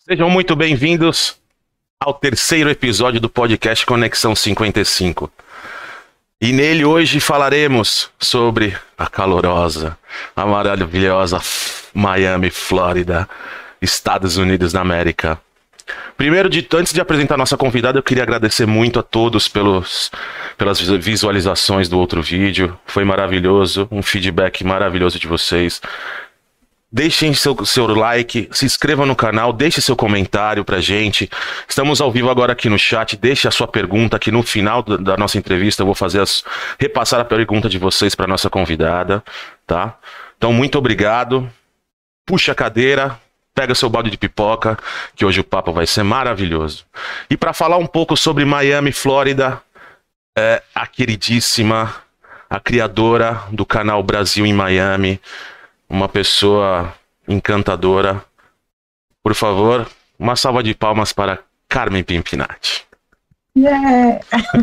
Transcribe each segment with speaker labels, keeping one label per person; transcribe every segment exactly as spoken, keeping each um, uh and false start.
Speaker 1: Sejam muito bem-vindos ao terceiro episódio do podcast Conexão cinquenta e cinco. E nele hoje falaremos sobre a calorosa, a maravilhosa Miami, Flórida, Estados Unidos da América. Primeiro, de, antes de apresentar nossa convidada, eu queria agradecer muito a todos pelos, pelas visualizações do outro vídeo. Foi maravilhoso, um feedback maravilhoso de vocês. Deixem seu, seu like, se inscrevam no canal, deixe seu comentário pra gente. Estamos ao vivo agora aqui no chat, deixe a sua pergunta, que no final da, da nossa entrevista eu vou fazer as, repassar a pergunta de vocês para nossa convidada, tá? Então, muito obrigado. Puxa a cadeira, pega seu balde de pipoca, que hoje o papo vai ser maravilhoso. E para falar um pouco sobre Miami, Flórida, é a queridíssima, a criadora do canal Brasil em Miami, uma pessoa encantadora. Por favor, uma salva de palmas para Carmen Pimpinati.
Speaker 2: Yeah.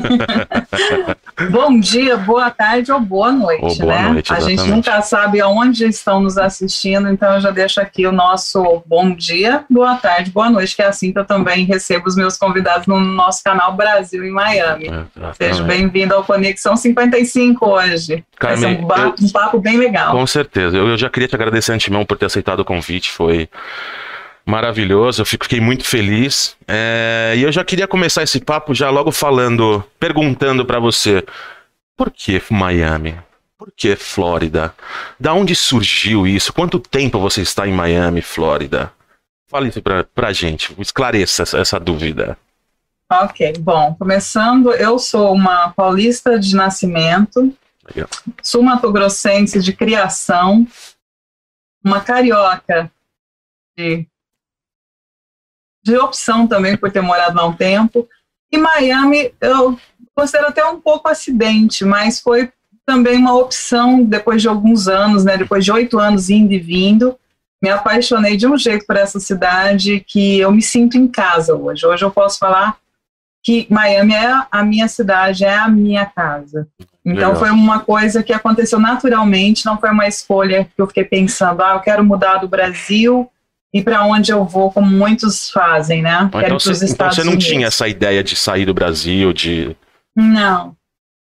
Speaker 2: Bom dia, boa tarde ou boa noite, ou boa né? Noite, a gente nunca sabe aonde estão nos assistindo, então eu já deixo aqui o nosso bom dia, boa tarde, boa noite, que é assim que eu também recebo os meus convidados no nosso canal Brasil em Miami. Exatamente. Seja bem-vindo ao Conexão cinquenta e cinco hoje. Carmen, vai ser um, ba- eu, um papo bem legal.
Speaker 1: Com certeza. Eu, eu já queria te agradecer antemão por ter aceitado o convite, foi maravilhoso, eu fiquei muito feliz. É, e eu já queria começar esse papo já logo falando, perguntando para você, por que Miami? Por que Flórida? Da onde surgiu isso? Quanto tempo você está em Miami, Flórida? Fale isso pra, pra gente, esclareça essa, essa dúvida.
Speaker 2: Ok, bom, começando, eu sou uma paulista de nascimento, Legal. Sou mato-grossense de criação, uma carioca de de opção também por ter morado lá um tempo, e Miami eu considero até um pouco acidente, mas foi também uma opção depois de alguns anos, né, depois de oito anos indo e vindo, me apaixonei de um jeito por essa cidade que eu me sinto em casa hoje, hoje eu posso falar que Miami é a minha cidade, é a minha casa. Então Legal. Foi uma coisa que aconteceu naturalmente, não foi uma escolha que eu fiquei pensando, ah, eu quero mudar do Brasil e para onde eu vou, como muitos fazem, né?
Speaker 1: Então, então, você, então você não Unidos. Tinha essa ideia de sair do Brasil, de...
Speaker 2: Não.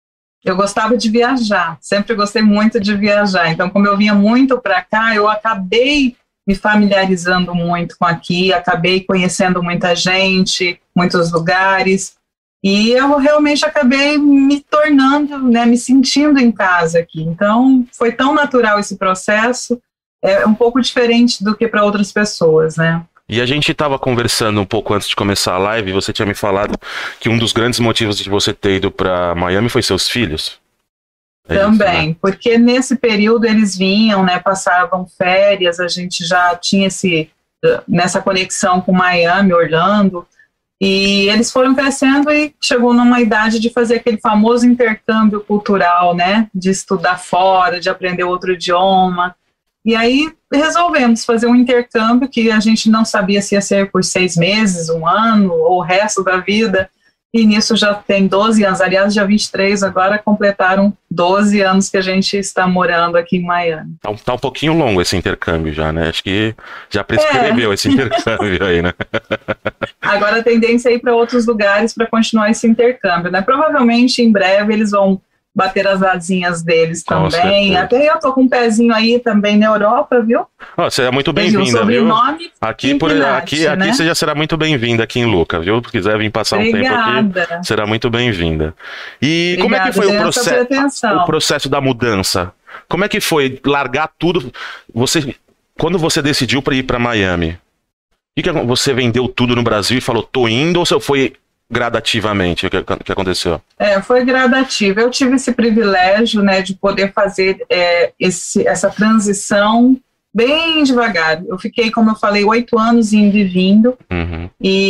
Speaker 2: Eu gostava de viajar, sempre gostei muito de viajar. Então, como eu vinha muito para cá, eu acabei me familiarizando muito com aqui, acabei conhecendo muita gente, muitos lugares, e eu realmente acabei me tornando, né, me sentindo em casa aqui. Então, foi tão natural esse processo, é um pouco diferente do que para outras pessoas, né?
Speaker 1: E a gente estava conversando um pouco antes de começar a live, e você tinha me falado que um dos grandes motivos de você ter ido para Miami foi seus filhos.
Speaker 2: É Também, isso, né? Porque nesse período eles vinham, né, passavam férias, a gente já tinha esse, nessa conexão com Miami, Orlando, e eles foram crescendo e chegou numa idade de fazer aquele famoso intercâmbio cultural, né, de estudar fora, de aprender outro idioma. E aí resolvemos fazer um intercâmbio que a gente não sabia se ia ser por seis meses, um ano ou o resto da vida. E nisso já tem doze anos, aliás, dia vinte e três agora completaram doze anos que a gente está morando aqui em Miami.
Speaker 1: Tá, tá um pouquinho longo esse intercâmbio já, né? Acho que já prescreveu é. esse intercâmbio aí, né?
Speaker 2: Agora a tendência é ir para outros lugares para continuar esse intercâmbio, né? Provavelmente em breve eles vão bater as asinhas deles com também. Certeza. Até eu tô com um pezinho aí também na Europa, viu?
Speaker 1: Oh, você é muito bem-vinda, viu? Aqui, por, aqui, aqui né? Você já será muito bem-vinda aqui em Luca, viu? Se quiser vir passar Obrigada. um tempo aqui, será muito bem-vinda. E Obrigada, como é que foi o processo, o processo da mudança? Como é que foi largar tudo? Você, quando você decidiu para ir para Miami, o que, que você vendeu tudo no Brasil e falou, tô indo, ou você foi gradativamente, o que, que aconteceu?
Speaker 2: É, foi gradativo. Eu tive esse privilégio, né, de poder fazer é, esse, essa transição bem devagar. Eu fiquei, como eu falei, oito anos indo e vindo, uhum.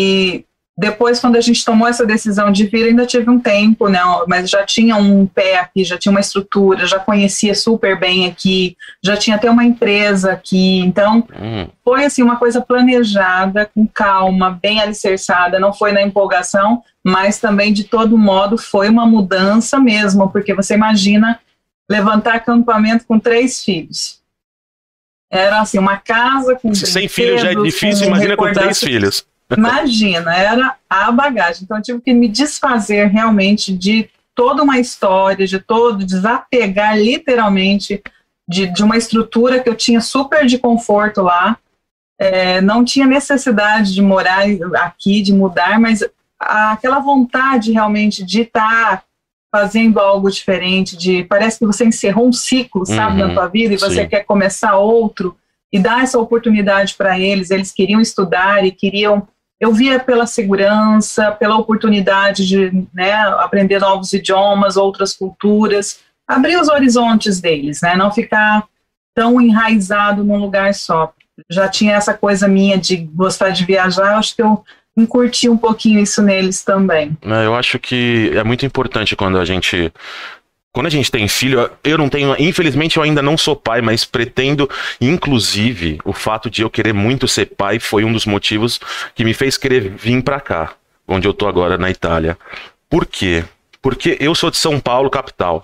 Speaker 2: E depois, quando a gente tomou essa decisão de vir, ainda tive um tempo, né, mas já tinha um pé aqui, já tinha uma estrutura, já conhecia super bem aqui, já tinha até uma empresa aqui, então uhum. Foi assim uma coisa planejada, com calma, bem alicerçada, não foi na empolgação, mas também de todo modo foi uma mudança mesmo, porque você imagina levantar acampamento com três filhos. Era assim, uma casa com
Speaker 1: sem filho já é difícil, imagina com três filhos.
Speaker 2: Imagina, era a bagagem. Então eu tive que me desfazer realmente de toda uma história, de todo, desapegar literalmente de, de uma estrutura que eu tinha super de conforto lá. É, não tinha necessidade de morar aqui, de mudar, mas aquela vontade realmente de estar fazendo algo diferente, de parece que você encerrou um ciclo, sabe, uhum, na tua vida, e você sim. quer começar outro, e dar essa oportunidade para eles. Eles queriam estudar e queriam... Eu via pela segurança, pela oportunidade de, né, aprender novos idiomas, outras culturas, abrir os horizontes deles, né, não ficar tão enraizado num lugar só. Já tinha essa coisa minha de gostar de viajar, acho que eu encurti um pouquinho isso neles também.
Speaker 1: Eu acho que é muito importante quando a gente... Quando a gente tem filho, eu não tenho, infelizmente eu ainda não sou pai, mas pretendo, inclusive, o fato de eu querer muito ser pai foi um dos motivos que me fez querer vir pra cá, onde eu tô agora, na Itália. Por quê? Porque eu sou de São Paulo, capital.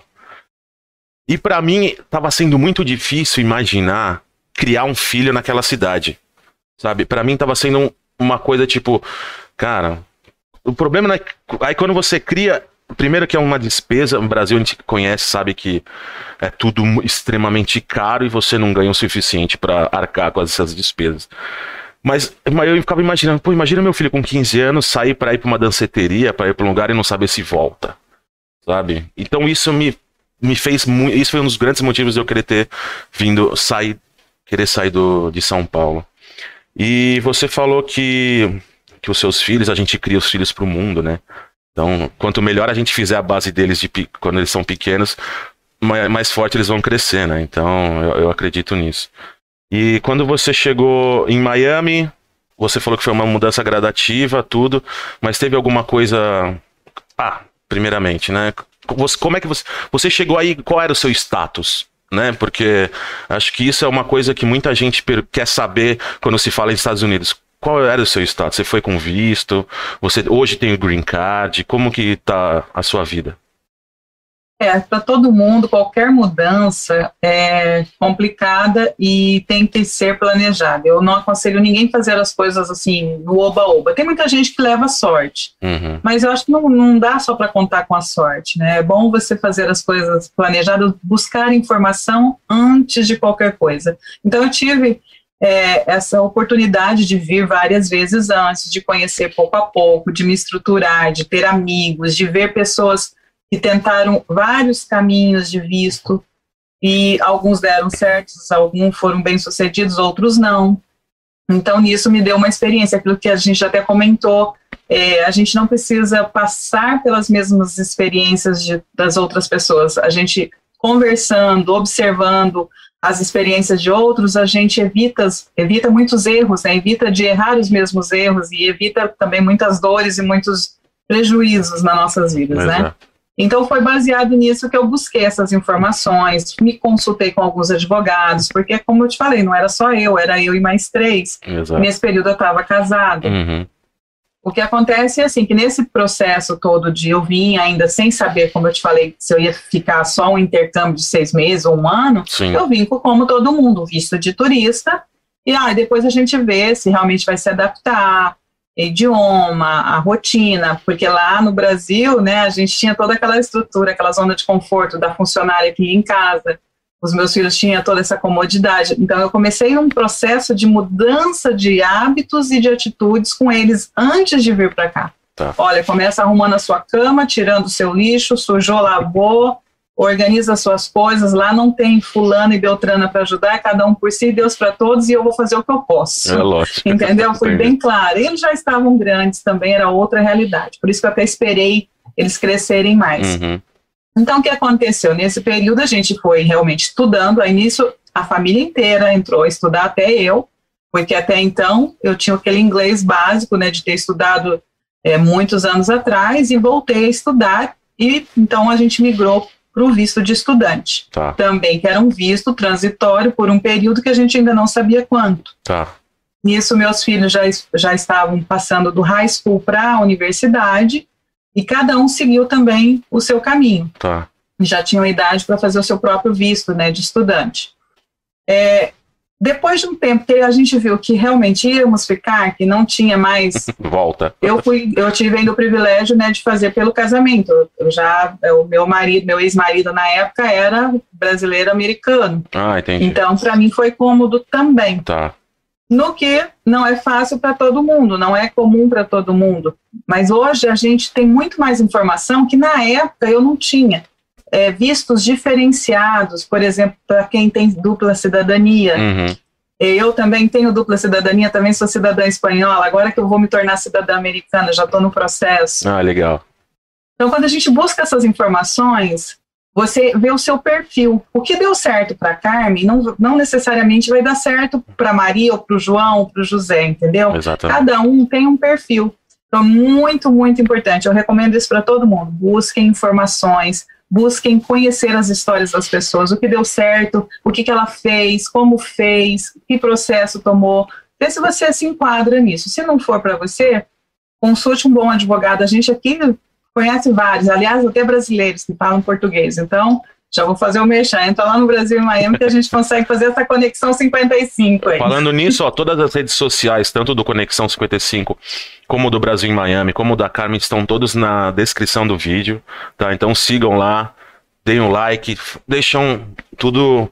Speaker 1: E pra mim, tava sendo muito difícil imaginar criar um filho naquela cidade, sabe? Pra mim tava sendo um, uma coisa tipo, cara, o problema é, aí quando você cria... Primeiro que é uma despesa, no Brasil a gente conhece, sabe que é tudo extremamente caro e você não ganha o suficiente para arcar com essas despesas. Mas, mas eu ficava imaginando, pô, imagina meu filho com quinze anos sair para ir para uma danceteria, para ir para um lugar e não saber se volta, sabe? Então isso me, me fez muito, isso foi um dos grandes motivos de eu querer ter vindo, sair, querer sair do, de São Paulo. E você falou que, que os seus filhos, a gente cria os filhos para o mundo, né? Então, quanto melhor a gente fizer a base deles de, quando eles são pequenos, mais, mais forte eles vão crescer, né? Então, eu, eu acredito nisso. E quando você chegou em Miami, você falou que foi uma mudança gradativa, tudo, mas teve alguma coisa... Ah, primeiramente, né? Você, como é que você... Você chegou aí, qual era o seu status? Né? Porque acho que isso é uma coisa que muita gente quer saber quando se fala em Estados Unidos. Qual era o seu status? Você foi com visto? Você hoje tem o green card? Como que tá a sua vida?
Speaker 2: É, para todo mundo, qualquer mudança é complicada e tem que ser planejada. Eu não aconselho ninguém fazer as coisas assim, no oba-oba. Tem muita gente que leva sorte, uhum. mas eu acho que não, não dá só para contar com a sorte, né? É bom você fazer as coisas planejadas, buscar informação antes de qualquer coisa. Então eu tive... É, essa oportunidade de vir várias vezes antes, de conhecer pouco a pouco, de me estruturar, de ter amigos, de ver pessoas que tentaram vários caminhos de visto e alguns deram certos, alguns foram bem-sucedidos, outros não. Então, nisso me deu uma experiência, aquilo que a gente até comentou, é, a gente não precisa passar pelas mesmas experiências de, das outras pessoas, a gente conversando, observando as experiências de outros, a gente evita, evita muitos erros, né? Evita de errar os mesmos erros e evita também muitas dores e muitos prejuízos nas nossas vidas, Exato. Né? Então foi baseado nisso que eu busquei essas informações, me consultei com alguns advogados, porque como eu te falei, não era só eu, era eu e mais três. Exato. Nesse período eu estava casada. Uhum. O que acontece é assim, que nesse processo todo de eu vim ainda sem saber, como eu te falei, se eu ia ficar só um intercâmbio de seis meses ou um ano, Sim. eu vim como todo mundo, visto de turista, e ah, depois a gente vê se realmente vai se adaptar, idioma, a rotina, porque lá no Brasil, né, a gente tinha toda aquela estrutura, aquela zona de conforto da funcionária que ia em casa, os meus filhos tinham toda essa comodidade, então eu comecei um processo de mudança de hábitos e de atitudes com eles antes de vir para cá. Tá. Olha, começa arrumando a sua cama, tirando o seu lixo, sujou, lavou, organiza as suas coisas, lá não tem fulano e beltrana para ajudar, cada um por si, Deus para todos, e eu vou fazer o que eu posso. É lógico. Entendeu? Foi bem claro. Eles já estavam grandes também, era outra realidade, por isso que eu até esperei eles crescerem mais. Uhum. Então, o que aconteceu? Nesse período, a gente foi realmente estudando. Aí, nisso, a família inteira entrou a estudar, até eu, porque até então eu tinha aquele inglês básico, né, de ter estudado é, muitos anos atrás, e voltei a estudar. E então a gente migrou para o visto de estudante. Tá. Também, que era um visto transitório por um período que a gente ainda não sabia quanto. Tá. Nisso, meus filhos já, já estavam passando do high school para a universidade. E cada um seguiu também o seu caminho. Tá. Já tinham idade para fazer o seu próprio visto, né, de estudante. É, depois de um tempo que a gente viu que realmente íamos ficar, que não tinha mais...
Speaker 1: Volta.
Speaker 2: Eu, fui, eu tive ainda o privilégio, né, de fazer pelo casamento. Eu já, o meu marido, meu ex-marido na época era brasileiro-americano.
Speaker 1: Ah, entendi.
Speaker 2: Então, para mim foi cômodo também.
Speaker 1: Tá.
Speaker 2: No que não é fácil para todo mundo, não é comum para todo mundo. Mas hoje a gente tem muito mais informação que na época eu não tinha. É, vistos diferenciados, por exemplo, para quem tem dupla cidadania.
Speaker 1: Uhum.
Speaker 2: Eu também tenho dupla cidadania, também sou cidadã espanhola, agora que eu vou me tornar cidadã americana, já estou no processo.
Speaker 1: Ah, legal.
Speaker 2: Então, quando a gente busca essas informações, você vê o seu perfil. O que deu certo para a Carmen não, não necessariamente vai dar certo para a Maria, ou para o João, ou para o José, entendeu?
Speaker 1: Exatamente.
Speaker 2: Cada um tem um perfil. Então, muito, muito importante. Eu recomendo isso para todo mundo. Busquem informações, busquem conhecer as histórias das pessoas, o que deu certo, o que, que ela fez, como fez, que processo tomou. Vê se você se enquadra nisso. Se não for para você, consulte um bom advogado. A gente aqui conhece vários, aliás, até brasileiros que falam português. Então, já vou fazer o merchan. Entra lá no Brasil, em Miami, que a gente consegue fazer essa Conexão cinquenta e cinco aí.
Speaker 1: Falando nisso, ó, todas as redes sociais, tanto do Conexão cinquenta e cinco, como do Brasil em Miami, como da Carmen, estão todos na descrição do vídeo, tá? Então sigam lá, deem um like, deixam tudo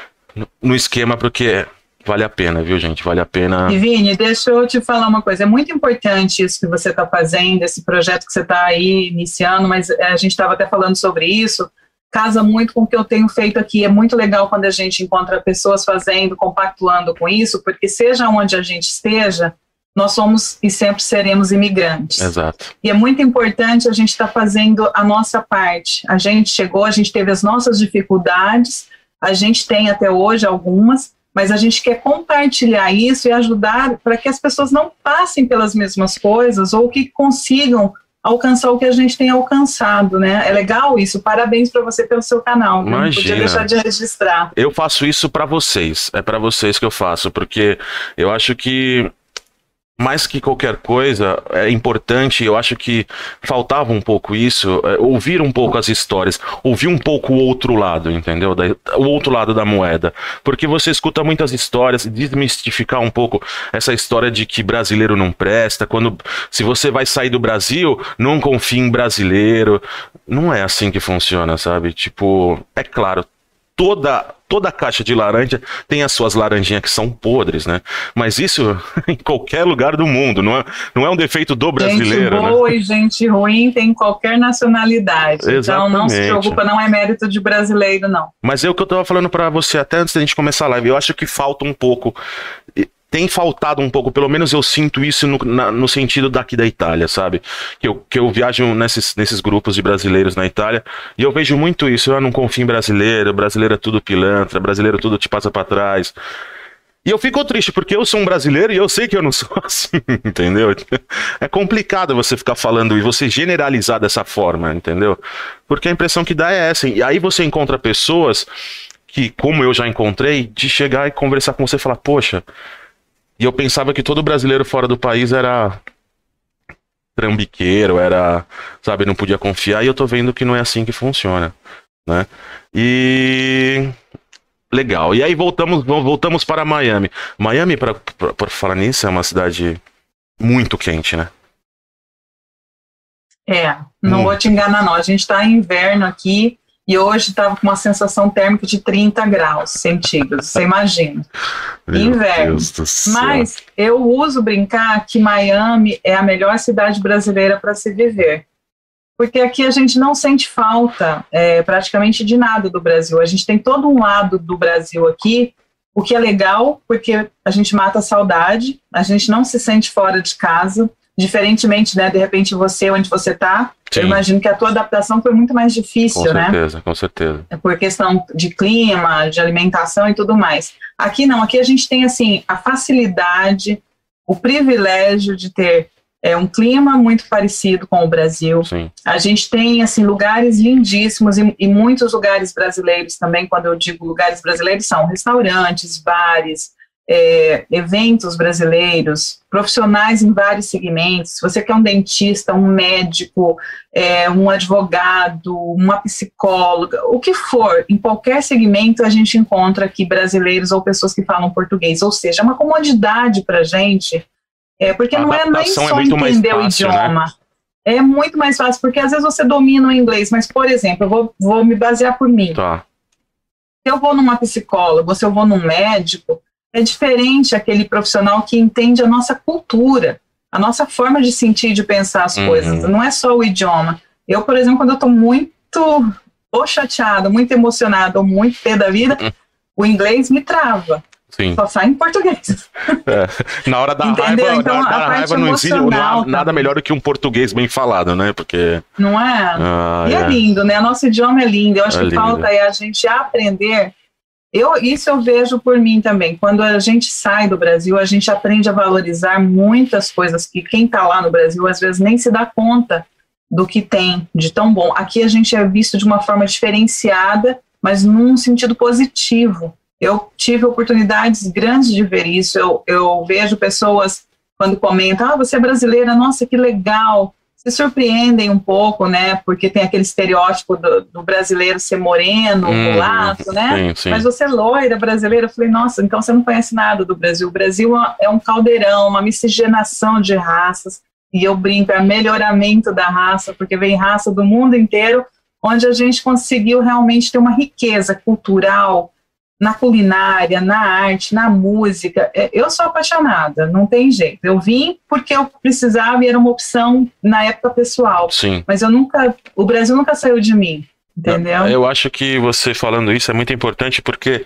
Speaker 1: no esquema, porque vale a pena, viu, gente? Vale a pena.
Speaker 2: E Vini, deixa eu te falar uma coisa. É muito importante isso que você está fazendo, esse projeto que você está aí iniciando, mas a gente estava até falando sobre isso. Casa muito com o que eu tenho feito aqui. É muito legal quando a gente encontra pessoas fazendo, compactuando com isso, porque seja onde a gente esteja, nós somos e sempre seremos imigrantes.
Speaker 1: Exato.
Speaker 2: E é muito importante a gente estar tá fazendo a nossa parte. A gente chegou, a gente teve as nossas dificuldades, a gente tem até hoje algumas, mas a gente quer compartilhar isso e ajudar para que as pessoas não passem pelas mesmas coisas ou que consigam alcançar o que a gente tem alcançado, né? É legal isso. Parabéns para você pelo seu canal.
Speaker 1: Imagina.
Speaker 2: Não podia deixar de registrar.
Speaker 1: Eu faço isso para vocês. É para vocês que eu faço, porque eu acho que mais que qualquer coisa, é importante, eu acho que faltava um pouco isso, é, ouvir um pouco as histórias, ouvir um pouco o outro lado, entendeu? Da, o outro lado da moeda. Porque você escuta muitas histórias, desmistificar um pouco essa história de que brasileiro não presta, quando, se você vai sair do Brasil, não confie em brasileiro. Não é assim que funciona, sabe? Tipo, é claro, toda... Toda caixa de laranja tem as suas laranjinhas que são podres, né? Mas isso em qualquer lugar do mundo, não é, não é um defeito do brasileiro.
Speaker 2: Gente boa, né? E gente ruim tem qualquer nacionalidade.
Speaker 1: Exatamente.
Speaker 2: Então não se preocupa, não é mérito de brasileiro, não.
Speaker 1: Mas é o que eu tava falando pra você até antes da gente começar a live. Eu acho que falta um pouco... Tem faltado um pouco, pelo menos eu sinto isso no, na, no sentido daqui da Itália, sabe? Que eu, que eu viajo nesses, nesses grupos de brasileiros na Itália e eu vejo muito isso. Eu não confio em brasileiro, brasileiro é tudo pilantra, brasileiro tudo te passa pra trás. E eu fico triste, porque eu sou um brasileiro e eu sei que eu não sou assim, entendeu? É complicado você ficar falando e você generalizar dessa forma, entendeu? Porque a impressão que dá é essa. E aí você encontra pessoas que, como eu já encontrei, de chegar e conversar com você e falar, poxa... E eu pensava que todo brasileiro fora do país era trambiqueiro, era, sabe, não podia confiar, e eu tô vendo que não é assim que funciona, né? E... Legal. E aí voltamos, voltamos para Miami. Miami, para falar nisso, é uma cidade muito quente, né?
Speaker 2: É, não hum. vou te enganar não, a gente tá em inverno aqui, e hoje estava com uma sensação térmica de trinta graus centígrados, você imagina.
Speaker 1: Meu
Speaker 2: Inverno.
Speaker 1: Deus do céu.
Speaker 2: Mas eu uso brincar que Miami é a melhor cidade brasileira para se viver. Porque aqui a gente não sente falta é, praticamente de nada do Brasil. A gente tem todo um lado do Brasil aqui, o que é legal, porque a gente mata a saudade, a gente não se sente fora de casa. Diferentemente, né, de repente você, onde você está, eu imagino que a tua adaptação foi muito mais difícil,
Speaker 1: com
Speaker 2: né?
Speaker 1: Com certeza, com certeza.
Speaker 2: É por questão de clima, de alimentação e tudo mais. Aqui não, aqui a gente tem, assim, a facilidade, o privilégio de ter é, um clima muito parecido com o Brasil.
Speaker 1: Sim.
Speaker 2: A gente tem, assim, lugares lindíssimos e, e muitos lugares brasileiros também, quando eu digo lugares brasileiros, são restaurantes, bares, é, eventos brasileiros, profissionais em vários segmentos. Se você quer um dentista, um médico, é, um advogado, uma psicóloga, o que for, em qualquer segmento a gente encontra aqui brasileiros ou pessoas que falam português, ou seja, é uma comodidade para a gente, é, porque
Speaker 1: a
Speaker 2: não é nem só
Speaker 1: é
Speaker 2: entender
Speaker 1: fácil,
Speaker 2: o idioma.
Speaker 1: Né?
Speaker 2: É muito mais fácil, porque às vezes você domina o inglês, mas, por exemplo, eu vou, vou me basear por mim.
Speaker 1: Tá.
Speaker 2: Se eu vou numa psicóloga, se eu vou num médico, é diferente aquele profissional que entende a nossa cultura, a nossa forma de sentir e de pensar as uhum. coisas. Não é só o idioma. Eu, por exemplo, quando eu estou muito ou chateada, muito emocionada ou muito pé da vida, uhum. o inglês me trava. Sim. Só sai em português.
Speaker 1: É. Na hora da
Speaker 2: Entendeu?
Speaker 1: raiva,
Speaker 2: então,
Speaker 1: da,
Speaker 2: a
Speaker 1: da
Speaker 2: parte
Speaker 1: raiva não existe nada, nada melhor do que um português bem falado, né? Porque...
Speaker 2: Não é?
Speaker 1: Ah,
Speaker 2: e é. é lindo, né? Nosso idioma é lindo. Eu acho é que lindo. Falta é a gente aprender. Eu, isso eu vejo por mim também. Quando a gente sai do Brasil, a gente aprende a valorizar muitas coisas que quem está lá no Brasil às vezes nem se dá conta do que tem de tão bom. Aqui a gente é visto de uma forma diferenciada, mas num sentido positivo. Eu tive oportunidades grandes de ver isso. Eu, eu vejo pessoas quando comentam, ah, você é brasileira, nossa, que legal. Se surpreendem um pouco, né, porque tem aquele estereótipo do, do brasileiro ser moreno, hum, mulato, né, sim, sim. Mas você é loira, brasileira. Eu falei, nossa, então você não conhece nada do Brasil. O Brasil é um caldeirão, uma miscigenação de raças, e eu brinco, é melhoramento da raça, porque vem raça do mundo inteiro, onde a gente conseguiu realmente ter uma riqueza cultural, na culinária, na arte, na música. Eu sou apaixonada, não tem jeito. Eu vim porque eu precisava e era uma opção na época pessoal.
Speaker 1: Sim.
Speaker 2: Mas eu nunca, o Brasil nunca saiu de mim, entendeu?
Speaker 1: Eu acho que você falando isso é muito importante porque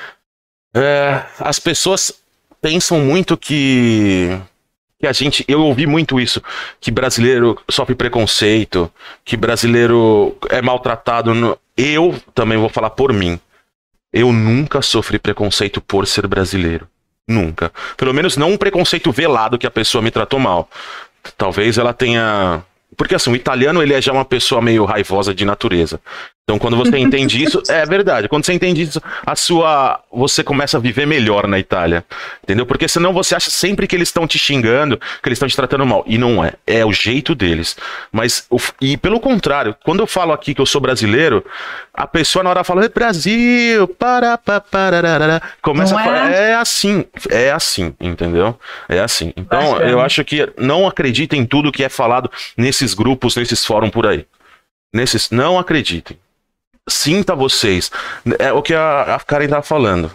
Speaker 1: é, as pessoas pensam muito que, que a gente, eu ouvi muito isso, que brasileiro sofre preconceito, que brasileiro é maltratado. No, eu também vou falar por mim. Eu nunca sofri preconceito por ser brasileiro. Nunca. Pelo menos não um preconceito velado que a pessoa me tratou mal. Talvez ela tenha... Porque assim, o italiano ele é já uma pessoa meio raivosa de natureza. Então quando você entende isso, é verdade. Quando você entende isso, a sua... você começa a viver melhor na Itália. Entendeu? Porque senão você acha sempre que eles estão te xingando, que eles estão te tratando mal. E não é. É o jeito deles. Mas, e pelo contrário, quando eu falo aqui que eu sou brasileiro, a pessoa na hora fala, Brasil, para, para, para, começa a falar, é? é assim, é assim, entendeu? É assim. Então, Bastante. Eu acho que não acreditem em tudo que é falado nesses grupos, nesses fóruns por aí. Nesses, não acreditem. Sinta vocês. É o que a, a Karen tá falando.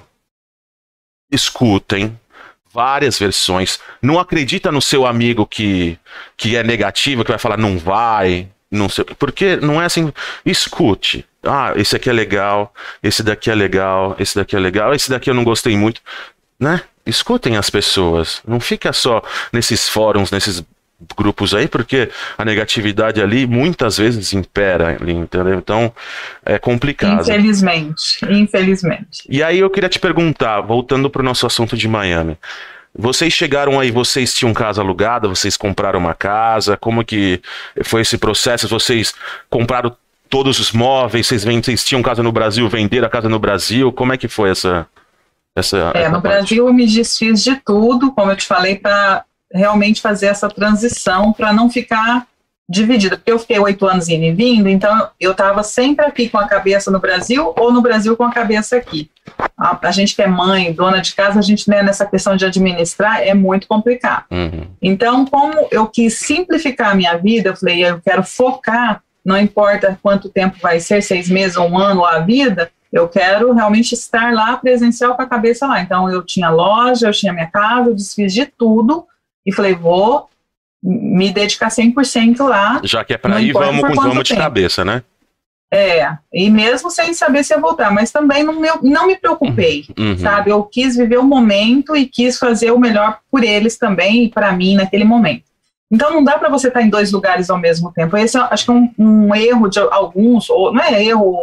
Speaker 1: Escutem várias versões. Não acredita no seu amigo que, que é negativo, que vai falar não vai, não sei. Porque não é assim. Escute. Ah, esse aqui é legal, esse daqui é legal, esse daqui é legal, esse daqui eu não gostei muito. Né? Escutem as pessoas. Não fica só nesses fóruns, nesses grupos aí, porque a negatividade ali muitas vezes impera ali, entendeu? Então é complicado.
Speaker 2: Infelizmente, infelizmente.
Speaker 1: E aí eu queria te perguntar, voltando para o nosso assunto de Miami, vocês chegaram aí, vocês tinham casa alugada, vocês compraram uma casa, como que foi esse processo? Vocês compraram todos os móveis, vocês, vocês tinham casa no Brasil, venderam a casa no Brasil, como é que foi essa... essa
Speaker 2: é,
Speaker 1: essa
Speaker 2: no
Speaker 1: parte?
Speaker 2: Brasil eu me desfiz de tudo, como eu te falei, para realmente fazer essa transição para não ficar dividida, porque eu fiquei oito anos indo e vindo, então eu estava sempre aqui com a cabeça no Brasil ou no Brasil com a cabeça aqui. A, a gente que é mãe, dona de casa, a gente, né, nessa questão de administrar é muito complicado.
Speaker 1: Uhum.
Speaker 2: Então, como eu quis simplificar a minha vida, eu falei, eu quero focar, não importa quanto tempo vai ser, seis meses ou um ano a vida, eu quero realmente estar lá presencial com a cabeça lá. Então eu tinha loja, eu tinha minha casa, eu desfiz de tudo, e falei, vou me dedicar cem por cento lá.
Speaker 1: Já que é para ir, vamos, vamos de cabeça, né?
Speaker 2: É, e mesmo sem saber se ia voltar, mas também não me, não me preocupei, uhum. sabe? Eu quis viver o momento e quis fazer o melhor por eles também e para mim naquele momento. Então não dá para você estar em dois lugares ao mesmo tempo. Esse é, acho que é um, um erro de alguns, ou não é erro,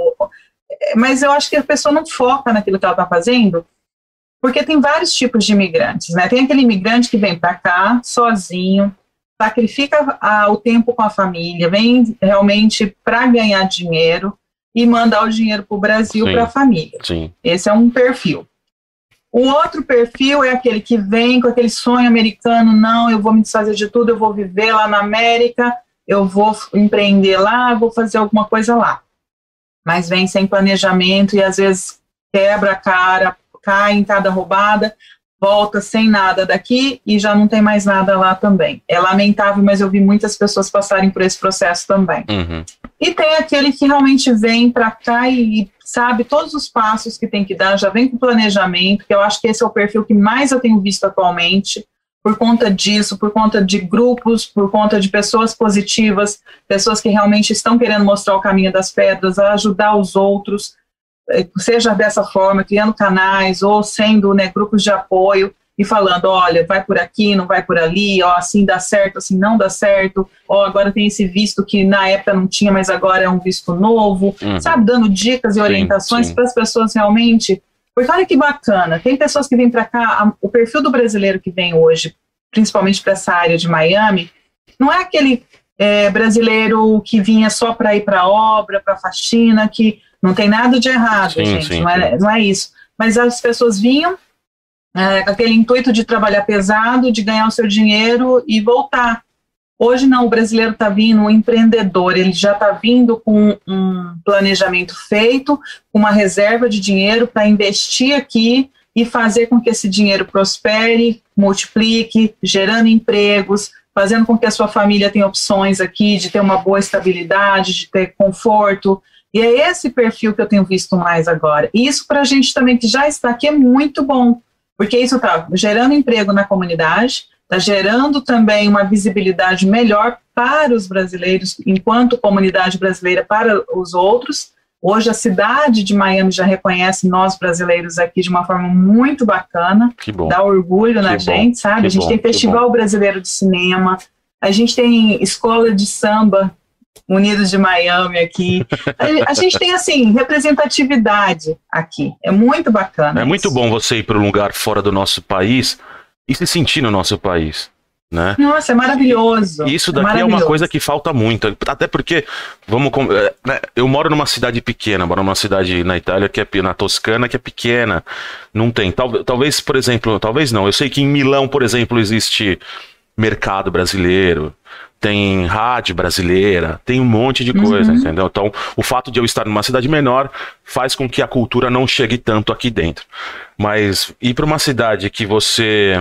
Speaker 2: mas eu acho que a pessoa não foca naquilo que ela está fazendo. Porque tem vários tipos de imigrantes, né? Tem aquele imigrante que vem para cá sozinho, sacrifica a, o tempo com a família, vem realmente para ganhar dinheiro e mandar o dinheiro para o Brasil para a família.
Speaker 1: Sim.
Speaker 2: Esse é um perfil. O outro perfil é aquele que vem com aquele sonho americano, não, eu vou me desfazer de tudo, eu vou viver lá na América, eu vou empreender lá, vou fazer alguma coisa lá. Mas vem sem planejamento e às vezes quebra a cara, cai em cada roubada, volta sem nada daqui e já não tem mais nada lá também. É lamentável, mas eu vi muitas pessoas passarem por esse processo também.
Speaker 1: Uhum.
Speaker 2: E tem aquele que realmente vem para cá e sabe todos os passos que tem que dar, já vem com planejamento, que eu acho que esse é o perfil que mais eu tenho visto atualmente, por conta disso, por conta de grupos, por conta de pessoas positivas, pessoas que realmente estão querendo mostrar o caminho das pedras, ajudar os outros, seja dessa forma, criando canais ou sendo, né, grupos de apoio e falando, olha, vai por aqui, não vai por ali, ó, assim dá certo, assim não dá certo, ó, agora tem esse visto que na época não tinha, mas agora é um visto novo, uhum. sabe, dando dicas e orientações para as pessoas realmente, porque olha que bacana, tem pessoas que vêm para cá, a, o perfil do brasileiro que vem hoje, principalmente para essa área de Miami, não é aquele é, brasileiro que vinha só para ir para obra, para faxina, que não tem nada de errado, sim, gente, sim, não, é, não é isso. Mas as pessoas vinham é, com aquele intuito de trabalhar pesado, de ganhar o seu dinheiro e voltar. Hoje não, o brasileiro está vindo, um empreendedor, ele já está vindo com um planejamento feito, com uma reserva de dinheiro para investir aqui e fazer com que esse dinheiro prospere, multiplique, gerando empregos, fazendo com que a sua família tenha opções aqui de ter uma boa estabilidade, de ter conforto. E é esse perfil que eu tenho visto mais agora. E isso para a gente também que já está aqui é muito bom, porque isso está gerando emprego na comunidade, está gerando também uma visibilidade melhor para os brasileiros, enquanto comunidade brasileira para os outros. Hoje a cidade de Miami já reconhece nós brasileiros aqui de uma forma muito bacana,
Speaker 1: que bom.
Speaker 2: Dá orgulho
Speaker 1: que
Speaker 2: na
Speaker 1: bom.
Speaker 2: gente, sabe?
Speaker 1: Que
Speaker 2: a gente
Speaker 1: bom.
Speaker 2: tem Festival Brasileiro de Cinema, a gente tem escola de samba Unidos de Miami aqui. A, a gente tem, assim, representatividade aqui. É muito bacana.
Speaker 1: É
Speaker 2: isso.
Speaker 1: muito bom você ir para um lugar fora do nosso país e se sentir no nosso país, né?
Speaker 2: Nossa, é maravilhoso.
Speaker 1: Isso
Speaker 2: é
Speaker 1: daqui
Speaker 2: maravilhoso.
Speaker 1: é uma coisa que falta muito. Até porque, vamos, né, eu moro numa cidade pequena, moro numa cidade na Itália, que é na Toscana, que é pequena. Não tem. Tal, talvez, por exemplo, talvez não. Eu sei que em Milão, por exemplo, existe mercado brasileiro. Tem rádio brasileira, tem um monte de coisa, uhum. entendeu? Então, o fato de eu estar numa cidade menor faz com que a cultura não chegue tanto aqui dentro. Mas ir para uma cidade que você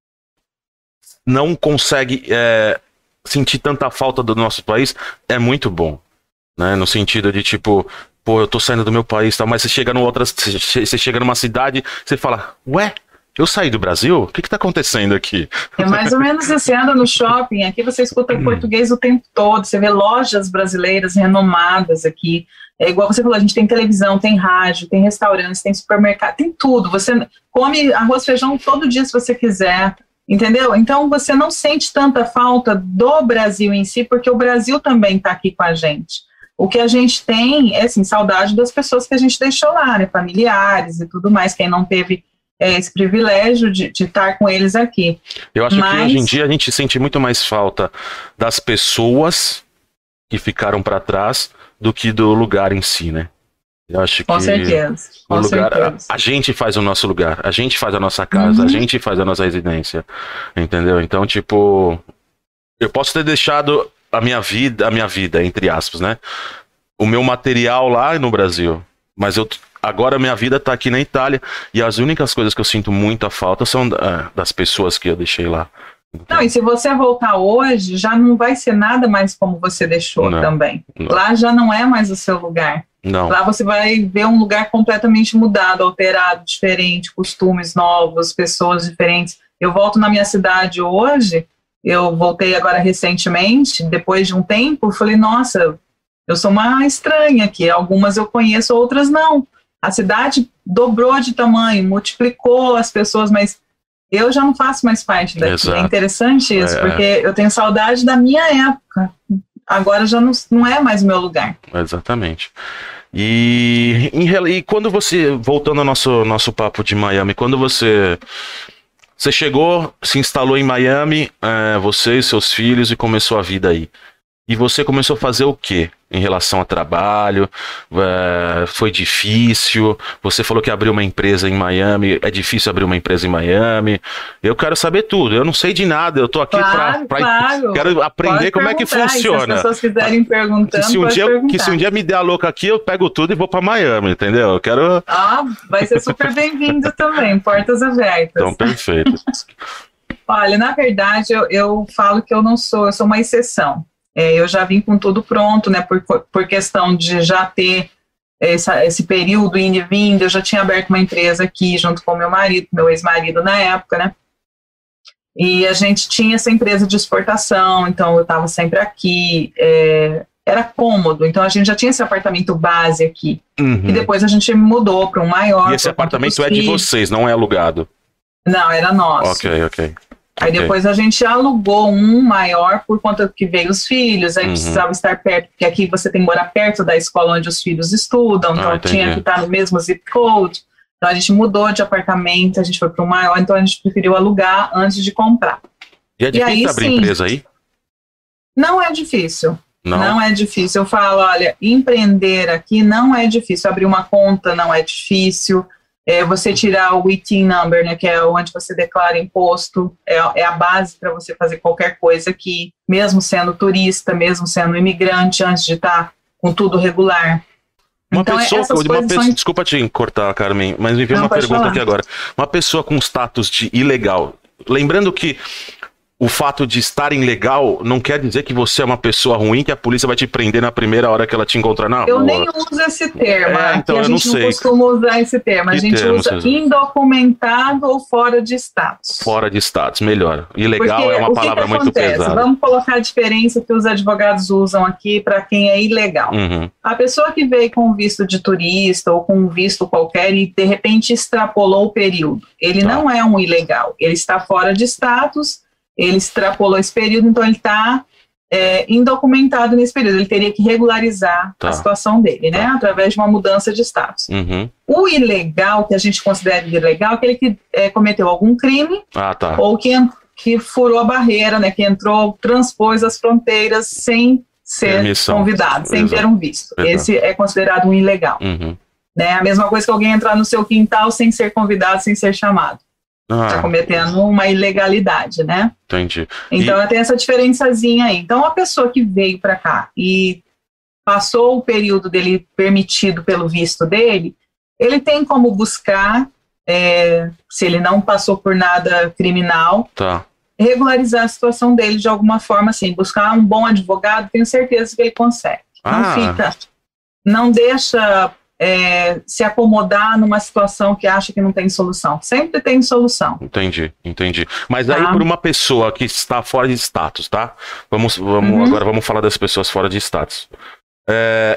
Speaker 1: não consegue é, sentir tanta falta do nosso país é muito bom, né? No sentido de tipo, pô, eu tô saindo do meu país, tá? Mas você chega numa outra, você chega numa cidade, você fala, ué? Eu saí do Brasil? O que que tá acontecendo aqui?
Speaker 2: É mais ou menos assim, você anda no shopping, aqui você escuta português o tempo todo, você vê lojas brasileiras renomadas aqui, é igual você falou, a gente tem televisão, tem rádio, tem restaurantes, tem supermercado, tem tudo, você come arroz e feijão todo dia se você quiser, entendeu? Então você não sente tanta falta do Brasil em si, porque o Brasil também tá aqui com a gente. O que a gente tem é, assim, saudade das pessoas que a gente deixou lá, né, familiares e tudo mais, quem não teve É esse privilégio de, de estar com eles aqui.
Speaker 1: Eu acho
Speaker 2: Mas...
Speaker 1: que hoje em dia a gente sente muito mais falta das pessoas que ficaram para trás do que do lugar em si, né? Eu acho
Speaker 2: com
Speaker 1: que
Speaker 2: certeza. Com
Speaker 1: o lugar,
Speaker 2: certeza.
Speaker 1: A, a gente faz o nosso lugar, a gente faz a nossa casa, uhum. a gente faz a nossa residência, entendeu? Então, tipo, eu posso ter deixado a minha vida, a minha vida, entre aspas, né? O meu material lá no Brasil, mas eu agora minha vida tá aqui na Itália e as únicas coisas que eu sinto muita falta são uh, das pessoas que eu deixei lá. Então... Não,
Speaker 2: e se você voltar hoje, já não vai ser nada mais como você deixou não, também. Não. Lá já não é mais o seu lugar.
Speaker 1: Não.
Speaker 2: Lá você vai ver um lugar completamente mudado, alterado, diferente, costumes novos, pessoas diferentes. Eu volto na minha cidade hoje, eu voltei agora recentemente, depois de um tempo, falei, nossa, eu sou uma estranha aqui, algumas eu conheço, outras não. A cidade dobrou de tamanho, multiplicou as pessoas, mas eu já não faço mais parte daqui. Exato. É interessante isso, é. porque eu tenho saudade da minha época. Agora já não, não é mais o meu lugar.
Speaker 1: Exatamente. E, em, e quando você, voltando ao nosso, nosso papo de Miami, quando você, você chegou, se instalou em Miami, é, você e seus filhos, e começou a vida aí. E você começou a fazer o quê em relação ao trabalho? É, foi difícil? Você falou que abriu uma empresa em Miami. É difícil abrir uma empresa em Miami? Eu quero saber tudo. Eu não sei de nada. Eu tô aqui
Speaker 2: claro,
Speaker 1: para
Speaker 2: claro.
Speaker 1: Quero aprender
Speaker 2: pode
Speaker 1: como é que funciona.
Speaker 2: Se as pessoas quiserem perguntando,
Speaker 1: que se um
Speaker 2: pode
Speaker 1: dia,
Speaker 2: perguntar.
Speaker 1: Que se um dia me der a louca aqui, eu pego tudo e vou para Miami, entendeu? Eu quero...
Speaker 2: Ah, vai ser super bem-vindo também. Portas abertas.
Speaker 1: Então, perfeito.
Speaker 2: Olha, na verdade, eu, eu falo que eu não sou, eu sou uma exceção. É, eu já vim com tudo pronto, né, por, por questão de já ter essa, esse período indo e vindo. Eu já tinha aberto uma empresa aqui junto com meu marido, meu ex-marido na época, né, e a gente tinha essa empresa de exportação, então eu estava sempre aqui, é, era cômodo, então a gente já tinha esse apartamento base aqui, uhum. E depois a gente mudou para um maior.
Speaker 1: E esse apartamento é de vocês, não é alugado?
Speaker 2: Não, era nosso.
Speaker 1: Ok, ok.
Speaker 2: Aí okay. Depois a gente alugou um maior por conta que veio os filhos, aí uhum. Precisava estar perto, porque aqui você tem que morar perto da escola onde os filhos estudam, então ah, tinha que estar no mesmo zip code. Então a gente mudou de apartamento, a gente foi para um maior, então a gente preferiu alugar antes de comprar.
Speaker 1: E é difícil e aí, abrir sim, empresa aí?
Speaker 2: Não é difícil. Não? Não é difícil. Eu falo, olha, empreender aqui não é difícil. Abrir uma conta não é difícil. É você tirar o I T I N number, né, que é onde você declara imposto, é, é a base para você fazer qualquer coisa aqui, mesmo sendo turista, mesmo sendo imigrante, antes de estar com tudo regular.
Speaker 1: Uma
Speaker 2: então,
Speaker 1: pessoa, uma pessoa
Speaker 2: são...
Speaker 1: desculpa te cortar, Carmen, mas me veio
Speaker 2: não,
Speaker 1: uma pergunta
Speaker 2: falar.
Speaker 1: aqui agora. Uma pessoa com status de ilegal, lembrando que o fato de estar ilegal não quer dizer que você é uma pessoa ruim, que a polícia vai te prender na primeira hora que ela te encontrar na rua.
Speaker 2: Eu nem uso esse termo,
Speaker 1: é, então,
Speaker 2: aqui a gente não, não costuma usar esse termo, a
Speaker 1: que
Speaker 2: gente
Speaker 1: termo
Speaker 2: usa indocumentado ou fora de status.
Speaker 1: Fora de status, melhor. Ilegal Porque é uma palavra que que muito pesada.
Speaker 2: Vamos colocar a diferença que os advogados usam aqui para quem é ilegal.
Speaker 1: Uhum.
Speaker 2: A pessoa que veio com visto de turista ou com um visto qualquer e de repente extrapolou o período, ele tá. Não é um ilegal, ele está fora de status. Ele extrapolou esse período, então ele está é, indocumentado nesse período. Ele teria que regularizar tá. A situação dele, né? Tá. Através de uma mudança de status.
Speaker 1: Uhum.
Speaker 2: O ilegal, que a gente considera ilegal, é aquele que é, cometeu algum crime
Speaker 1: ah, tá.
Speaker 2: ou que, que furou a barreira, né? Que entrou, transpôs as fronteiras sem ser Permissão. convidado, sem Exato. ter um visto. Exato. Esse é considerado um ilegal.
Speaker 1: Uhum.
Speaker 2: Né? A mesma coisa que alguém entrar no seu quintal sem ser convidado, sem ser chamado. Está ah. cometendo uma ilegalidade, né?
Speaker 1: Entendi.
Speaker 2: Então,
Speaker 1: e...
Speaker 2: tem essa diferençazinha aí. Então, a pessoa que veio para cá e passou o período dele permitido pelo visto dele, ele tem como buscar, é, se ele não passou por nada criminal,
Speaker 1: tá.
Speaker 2: regularizar a situação dele de alguma forma, assim, buscar um bom advogado, tenho certeza que ele consegue.
Speaker 1: Ah.
Speaker 2: Não fica, não deixa... É, se acomodar numa situação que acha que não tem solução. Sempre tem solução.
Speaker 1: Entendi, entendi. Mas
Speaker 2: tá.
Speaker 1: aí, por uma pessoa que está fora de status, tá? Vamos, vamos uhum. agora vamos falar das pessoas fora de status. É...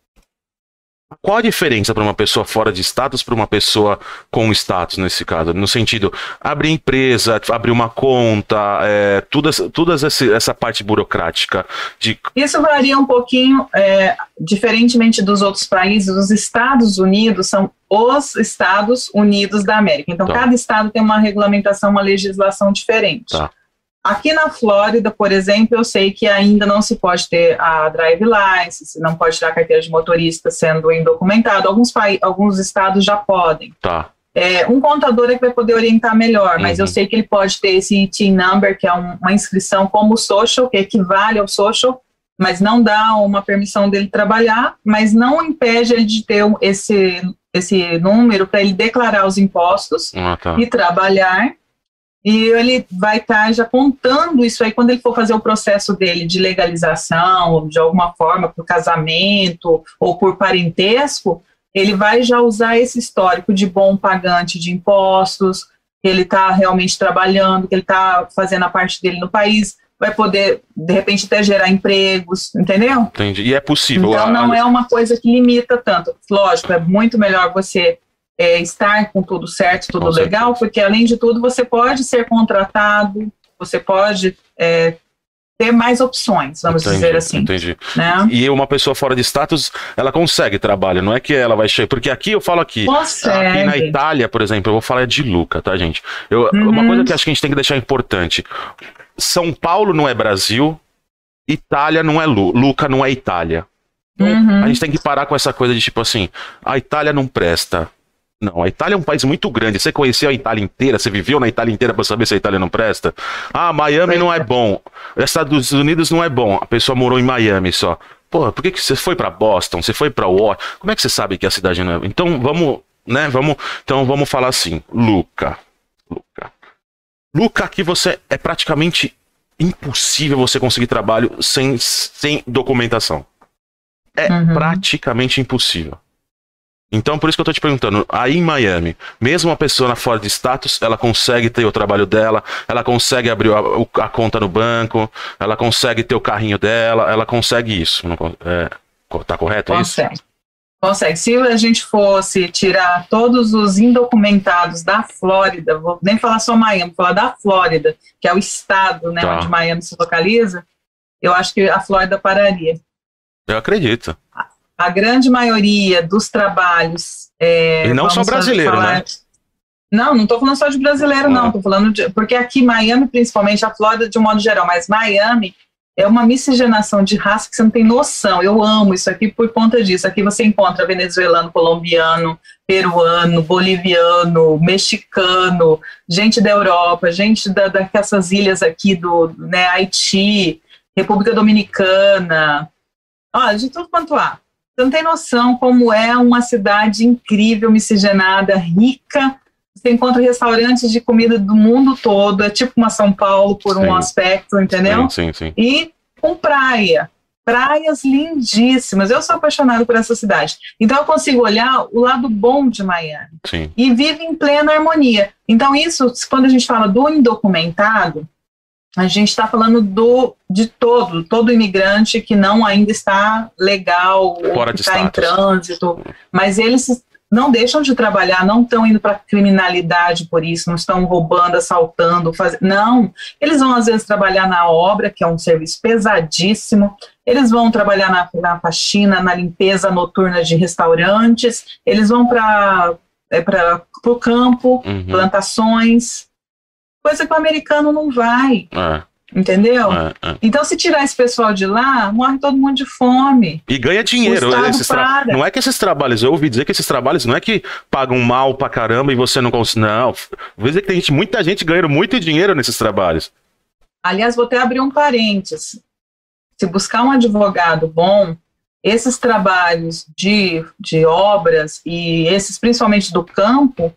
Speaker 1: Qual a diferença para uma pessoa fora de status para uma pessoa com status nesse caso? No sentido, abrir empresa, abrir uma conta, é, toda, toda essa, essa parte burocrática. De...
Speaker 2: Isso varia um pouquinho, é, diferentemente dos outros países, os Estados Unidos são os Estados Unidos da América. Então, tá. Cada estado tem uma regulamentação, uma legislação diferente.
Speaker 1: Tá.
Speaker 2: Aqui na Flórida, por exemplo, eu sei que ainda não se pode ter a drive license, não pode ter a carteira de motorista sendo indocumentado. Alguns, alguns estados já podem.
Speaker 1: Tá.
Speaker 2: É, um contador é que vai poder orientar melhor, mas
Speaker 1: uhum.
Speaker 2: eu sei que ele pode ter esse I T I N number, que é um, uma inscrição como social, que equivale ao social, mas não dá uma permissão dele trabalhar, mas não impede ele de ter esse, esse número para ele declarar os impostos
Speaker 1: ah, tá.
Speaker 2: e trabalhar. E ele vai estar tá já contando isso aí quando ele for fazer o processo dele de legalização, ou de alguma forma por casamento ou por parentesco, ele vai já usar esse histórico de bom pagante de impostos, que ele está realmente trabalhando, que ele está fazendo a parte dele no país, vai poder, de repente, até gerar empregos, entendeu?
Speaker 1: Entendi. E é possível.
Speaker 2: Então não é uma coisa que limita tanto. Lógico, é muito melhor você... É, estar com tudo certo, tudo com legal, certeza. Porque além de tudo você pode ser contratado, você pode é, ter mais opções, vamos
Speaker 1: entendi,
Speaker 2: dizer assim.
Speaker 1: Entendi.
Speaker 2: Né?
Speaker 1: E uma pessoa fora de status, ela consegue trabalho, não é que ela vai chegar, porque aqui eu falo aqui,
Speaker 2: consegue.
Speaker 1: Aqui na Itália, por exemplo, eu vou falar de Luca, tá, gente? Eu, uhum. Uma coisa que acho que a gente tem que deixar importante, São Paulo não é Brasil, Itália não é Lu, Luca não é Itália. Então,
Speaker 2: Uhum.
Speaker 1: a gente tem que parar com essa coisa de tipo assim, a Itália não presta. Não, a Itália é um país muito grande. Você conheceu a Itália inteira? Você viveu na Itália inteira pra saber se a Itália não presta? Ah, Miami não é bom. Estados Unidos não é bom. A pessoa morou em Miami só. Pô, por que, que você foi pra Boston? Você foi pra Washington? Como é que você sabe que a cidade não é? Então vamos, né? Vamos, então vamos falar assim, Luca, Luca, Luca, aqui você é praticamente impossível você conseguir trabalho sem, sem documentação. É
Speaker 2: Uhum.
Speaker 1: praticamente impossível. Então, por isso que eu tô te perguntando, aí em Miami, mesmo uma pessoa fora de status, ela consegue ter o trabalho dela, ela consegue abrir a, a conta no banco, ela consegue ter o carrinho dela, ela consegue isso. Não, é, tá correto é isso?
Speaker 2: Consegue. Consegue. Se a gente fosse tirar todos os indocumentados da Flórida, vou nem falar só Miami, vou falar da Flórida, que é o estado, né,
Speaker 1: Tá.
Speaker 2: onde Miami se localiza, eu acho que a Flórida pararia.
Speaker 1: Eu acredito.
Speaker 2: A grande maioria dos trabalhos... É,
Speaker 1: e não só brasileiro, falar... né?
Speaker 2: Não, não estou falando só de brasileiro, ah. não. Estou falando de... Porque aqui, Miami, principalmente, a Flórida de um modo geral, mas Miami é uma miscigenação de raça que você não tem noção. Eu amo isso aqui por conta disso. Aqui você encontra venezuelano, colombiano, peruano, boliviano, mexicano, gente da Europa, gente da, dessas ilhas aqui do, né, Haiti, República Dominicana. Olha, de tudo quanto há. Você não tem noção como é uma cidade incrível, miscigenada, rica. Você encontra restaurantes de comida do mundo todo. É tipo uma São Paulo por sim. um aspecto, entendeu?
Speaker 1: Sim, sim, sim.
Speaker 2: E com praia. Praias lindíssimas. Eu sou apaixonada por essa cidade. Então eu consigo olhar o lado bom de Miami.
Speaker 1: Sim.
Speaker 2: E vive em plena harmonia. Então isso, quando a gente fala do indocumentado, a gente está falando do, de todo, todo imigrante que não ainda está legal,
Speaker 1: fora
Speaker 2: ou que
Speaker 1: está
Speaker 2: em trânsito, mas eles não deixam de trabalhar, não estão indo para criminalidade por isso, não estão roubando, assaltando, faz... não. Eles vão às vezes trabalhar na obra, que é um serviço pesadíssimo, eles vão trabalhar na, na faxina, na limpeza noturna de restaurantes, eles vão para é, para o campo, uhum. plantações, coisa que o americano não vai,
Speaker 1: é.
Speaker 2: entendeu?
Speaker 1: É, é.
Speaker 2: Então, se tirar esse pessoal de lá, morre todo mundo de fome.
Speaker 1: E ganha dinheiro. Esses tra... Não é que esses trabalhos, eu ouvi dizer que esses trabalhos não é que pagam mal pra caramba e você não consegue. Não, vou dizer que tem gente, muita gente ganhando muito dinheiro nesses trabalhos.
Speaker 2: Aliás, vou até abrir um parênteses. Se buscar um advogado bom, esses trabalhos de, de obras e esses principalmente do campo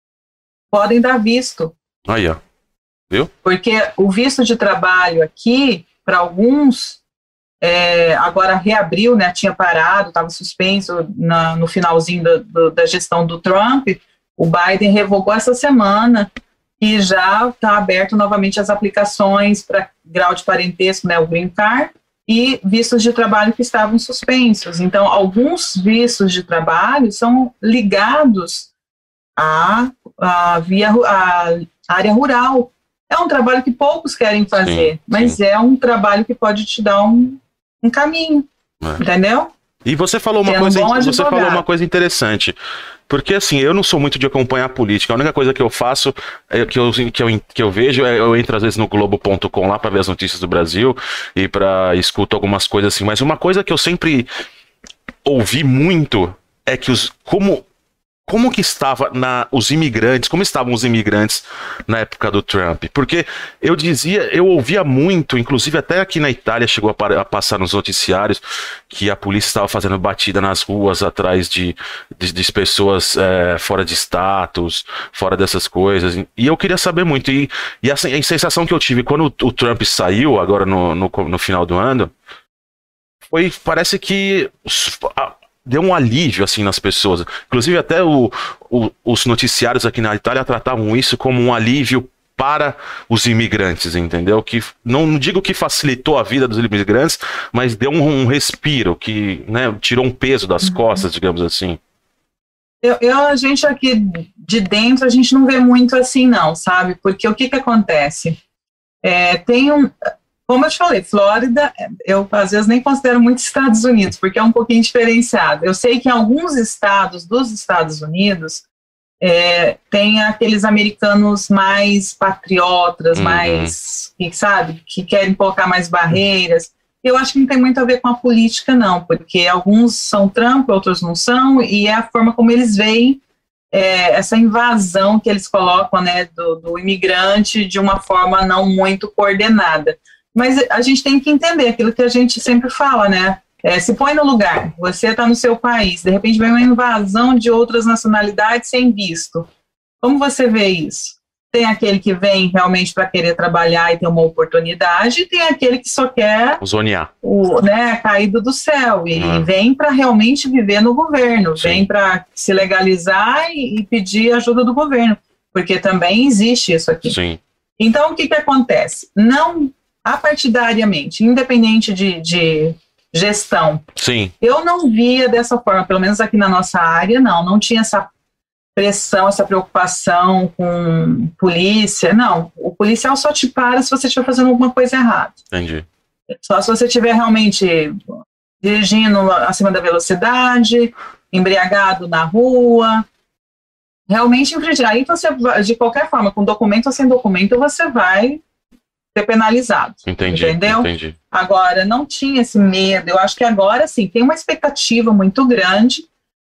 Speaker 2: podem dar visto.
Speaker 1: Aí, ó. Viu?
Speaker 2: Porque o visto de trabalho aqui, para alguns, é, agora reabriu, né, tinha parado, estava suspenso na, no finalzinho do, do, da gestão do Trump, o Biden revogou essa semana e já está aberto novamente as aplicações para grau de parentesco, né, o Green Card, e vistos de trabalho que estavam suspensos. Então, alguns vistos de trabalho são ligados à, à via, à área rural. É um trabalho que poucos querem fazer, sim, mas sim. é um trabalho que pode te dar um, um caminho, é. entendeu?
Speaker 1: E você falou uma coisa, você falou uma coisa interessante, porque assim, eu não sou muito de acompanhar a política, a única coisa que eu faço, é, que, eu, que, eu, que eu vejo, é, eu entro às vezes no globo ponto com lá para ver as notícias do Brasil e para escutar algumas coisas assim, mas uma coisa que eu sempre ouvi muito é que os, como... Como que estava na, os imigrantes, como estavam os imigrantes na época do Trump? Porque eu dizia, eu ouvia muito, inclusive até aqui na Itália chegou a, a passar nos noticiários que a polícia estava fazendo batida nas ruas atrás de, de, de pessoas é, fora de status, fora dessas coisas. E eu queria saber muito. E, e a, a sensação que eu tive quando o, o Trump saiu, agora no, no, no final do ano, foi, parece que... A, deu um alívio assim nas pessoas, inclusive até o, o, os noticiários aqui na Itália tratavam isso como um alívio para os imigrantes, entendeu? Que não, não digo que facilitou a vida dos imigrantes, mas deu um, um respiro, que, né, tirou um peso das uhum. costas, digamos assim.
Speaker 2: Eu, eu, a gente aqui de dentro, a gente não vê muito assim não, sabe? Porque o que que acontece? É, tem um... Como eu te falei, Flórida, eu às vezes nem considero muito Estados Unidos, porque é um pouquinho diferenciado. Eu sei que em alguns estados dos Estados Unidos é, tem aqueles americanos mais patriotas, uhum. mais, que, sabe, que querem colocar mais barreiras. Eu acho que não tem muito a ver com a política, não, porque alguns são Trump, outros não são, e é a forma como eles veem é, essa invasão que eles colocam, né, do, do imigrante de uma forma não muito coordenada. Mas a gente tem que entender aquilo que a gente sempre fala, né? É, se põe no lugar, você está no seu país, de repente vem uma invasão de outras nacionalidades sem visto. Como você vê isso? Tem aquele que vem realmente para querer trabalhar e ter uma oportunidade, e tem aquele que só quer
Speaker 1: zonear,
Speaker 2: o, né, caído do céu, e ah. vem para realmente viver no governo, Sim. vem para se legalizar e, e pedir ajuda do governo, porque também existe isso aqui.
Speaker 1: Sim.
Speaker 2: Então, o que, que acontece? Não apartidariamente, independente de, de gestão,
Speaker 1: Sim.
Speaker 2: eu não via dessa forma, pelo menos aqui na nossa área, não, não tinha essa pressão, essa preocupação com polícia. Não, o policial só te para se você estiver fazendo alguma coisa errada.
Speaker 1: Entendi.
Speaker 2: Só se você estiver realmente dirigindo acima da velocidade, embriagado na rua, realmente infringir. Aí você, de qualquer forma, com documento ou sem documento, você vai ser penalizado.
Speaker 1: Entendi,
Speaker 2: entendeu?
Speaker 1: Entendi.
Speaker 2: Agora, não tinha esse medo. Eu acho que agora, sim, tem uma expectativa muito grande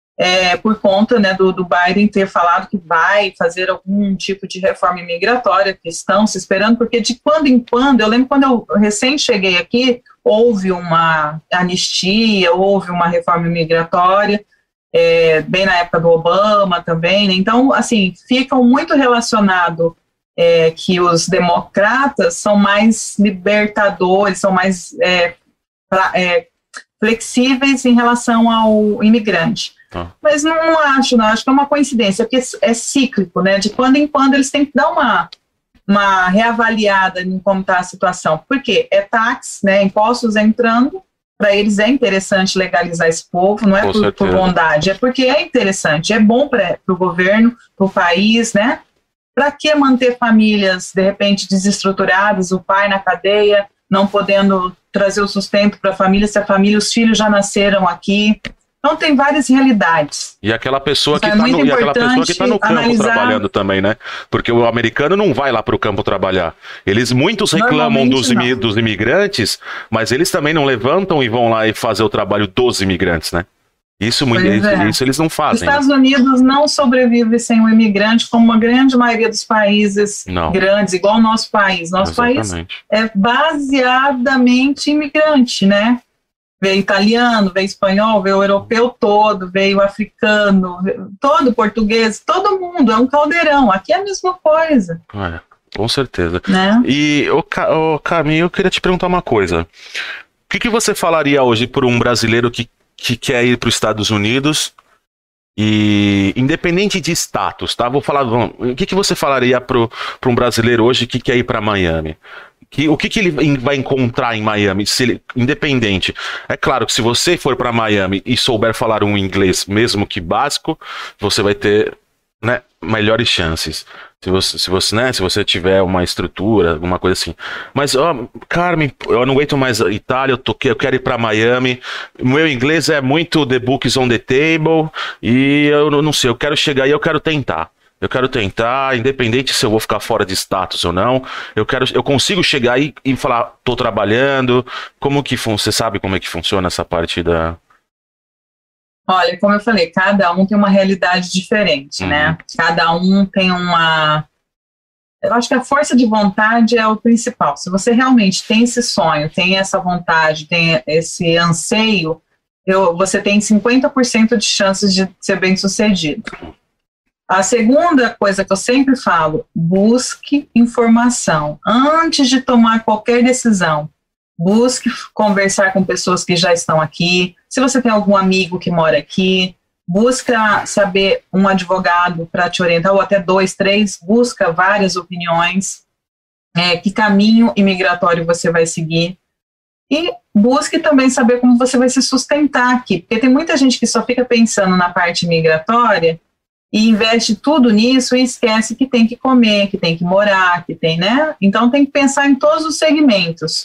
Speaker 2: É, por conta, né, do, do Biden ter falado que vai fazer algum tipo de reforma imigratória, que estão se esperando, porque de quando em quando, eu lembro quando eu recém cheguei aqui, houve uma anistia, houve uma reforma imigratória, é, bem na época do Obama também, né? Então, assim, ficam muito relacionados é, que os democratas são mais libertadores, são mais é, pra, é, flexíveis em relação ao imigrante. Ah. Mas não, não acho, não, acho que é uma coincidência, porque é cíclico, né? De quando em quando eles têm que dar uma, uma reavaliada em como está a situação. Por quê? É táxi, né? Impostos entrando, para eles é interessante legalizar esse povo, não é por, por bondade, é porque é interessante, é bom para o governo, para o país, né? Para que manter famílias, de repente, desestruturadas, o pai na cadeia, não podendo trazer o sustento para a família, se a família, os filhos já nasceram aqui. Então tem várias realidades.
Speaker 1: E aquela pessoa que está é no, e aquela pessoa que tá no campo analisar... trabalhando também, né? Porque o americano não vai lá para o campo trabalhar. Eles, muitos reclamam dos, imi, dos imigrantes, mas eles também não levantam e vão lá e fazer o trabalho dos imigrantes, né? Isso, isso, é. isso eles não fazem. Os
Speaker 2: Estados
Speaker 1: né?
Speaker 2: Unidos não sobrevive sem o imigrante, como a grande maioria dos países não. grandes, igual o nosso país. Nosso Exatamente. país é baseadamente imigrante, né? Veio italiano, veio espanhol, veio europeu todo, veio africano, veio todo português, todo mundo, é um caldeirão. Aqui é a mesma coisa.
Speaker 1: É, com certeza.
Speaker 2: Né?
Speaker 1: E, ô, ô, Cami, eu queria te perguntar uma coisa. O que, que você falaria hoje para um brasileiro que, que quer ir para os Estados Unidos e, independente de status, tá? Vou falar, vamos, o que, que você falaria para um brasileiro hoje que quer ir para Miami? Que, o que, que ele vai encontrar em Miami, se ele, independente? É claro que se você for para Miami e souber falar um inglês, mesmo que básico, você vai ter, né, melhores chances. Se você, se você, né, se você tiver uma estrutura, alguma coisa assim. Mas, ó, Carmen, eu não aguento mais a Itália, eu, tô, eu quero ir para Miami. Meu inglês é muito the books on the table e eu não sei, eu quero chegar e eu quero tentar. Eu quero tentar, independente se eu vou ficar fora de status ou não, eu quero, eu consigo chegar aí e falar, tô trabalhando, como que funciona, você sabe como é que funciona essa parte da...
Speaker 2: Olha, como eu falei, cada um tem uma realidade diferente, uhum. né? Cada um tem uma... Eu acho que a força de vontade é o principal. Se você realmente tem esse sonho, tem essa vontade, tem esse anseio, eu, você tem cinquenta por cento de chances de ser bem-sucedido. A segunda coisa que eu sempre falo, busque informação. Antes de tomar qualquer decisão, busque conversar com pessoas que já estão aqui. Se você tem algum amigo que mora aqui, busca saber um advogado para te orientar, ou até dois, três, busca várias opiniões, é, que caminho imigratório você vai seguir. E busque também saber como você vai se sustentar aqui, porque tem muita gente que só fica pensando na parte migratória e investe tudo nisso e esquece que tem que comer, que tem que morar, que tem, né? Então tem que pensar em todos os segmentos.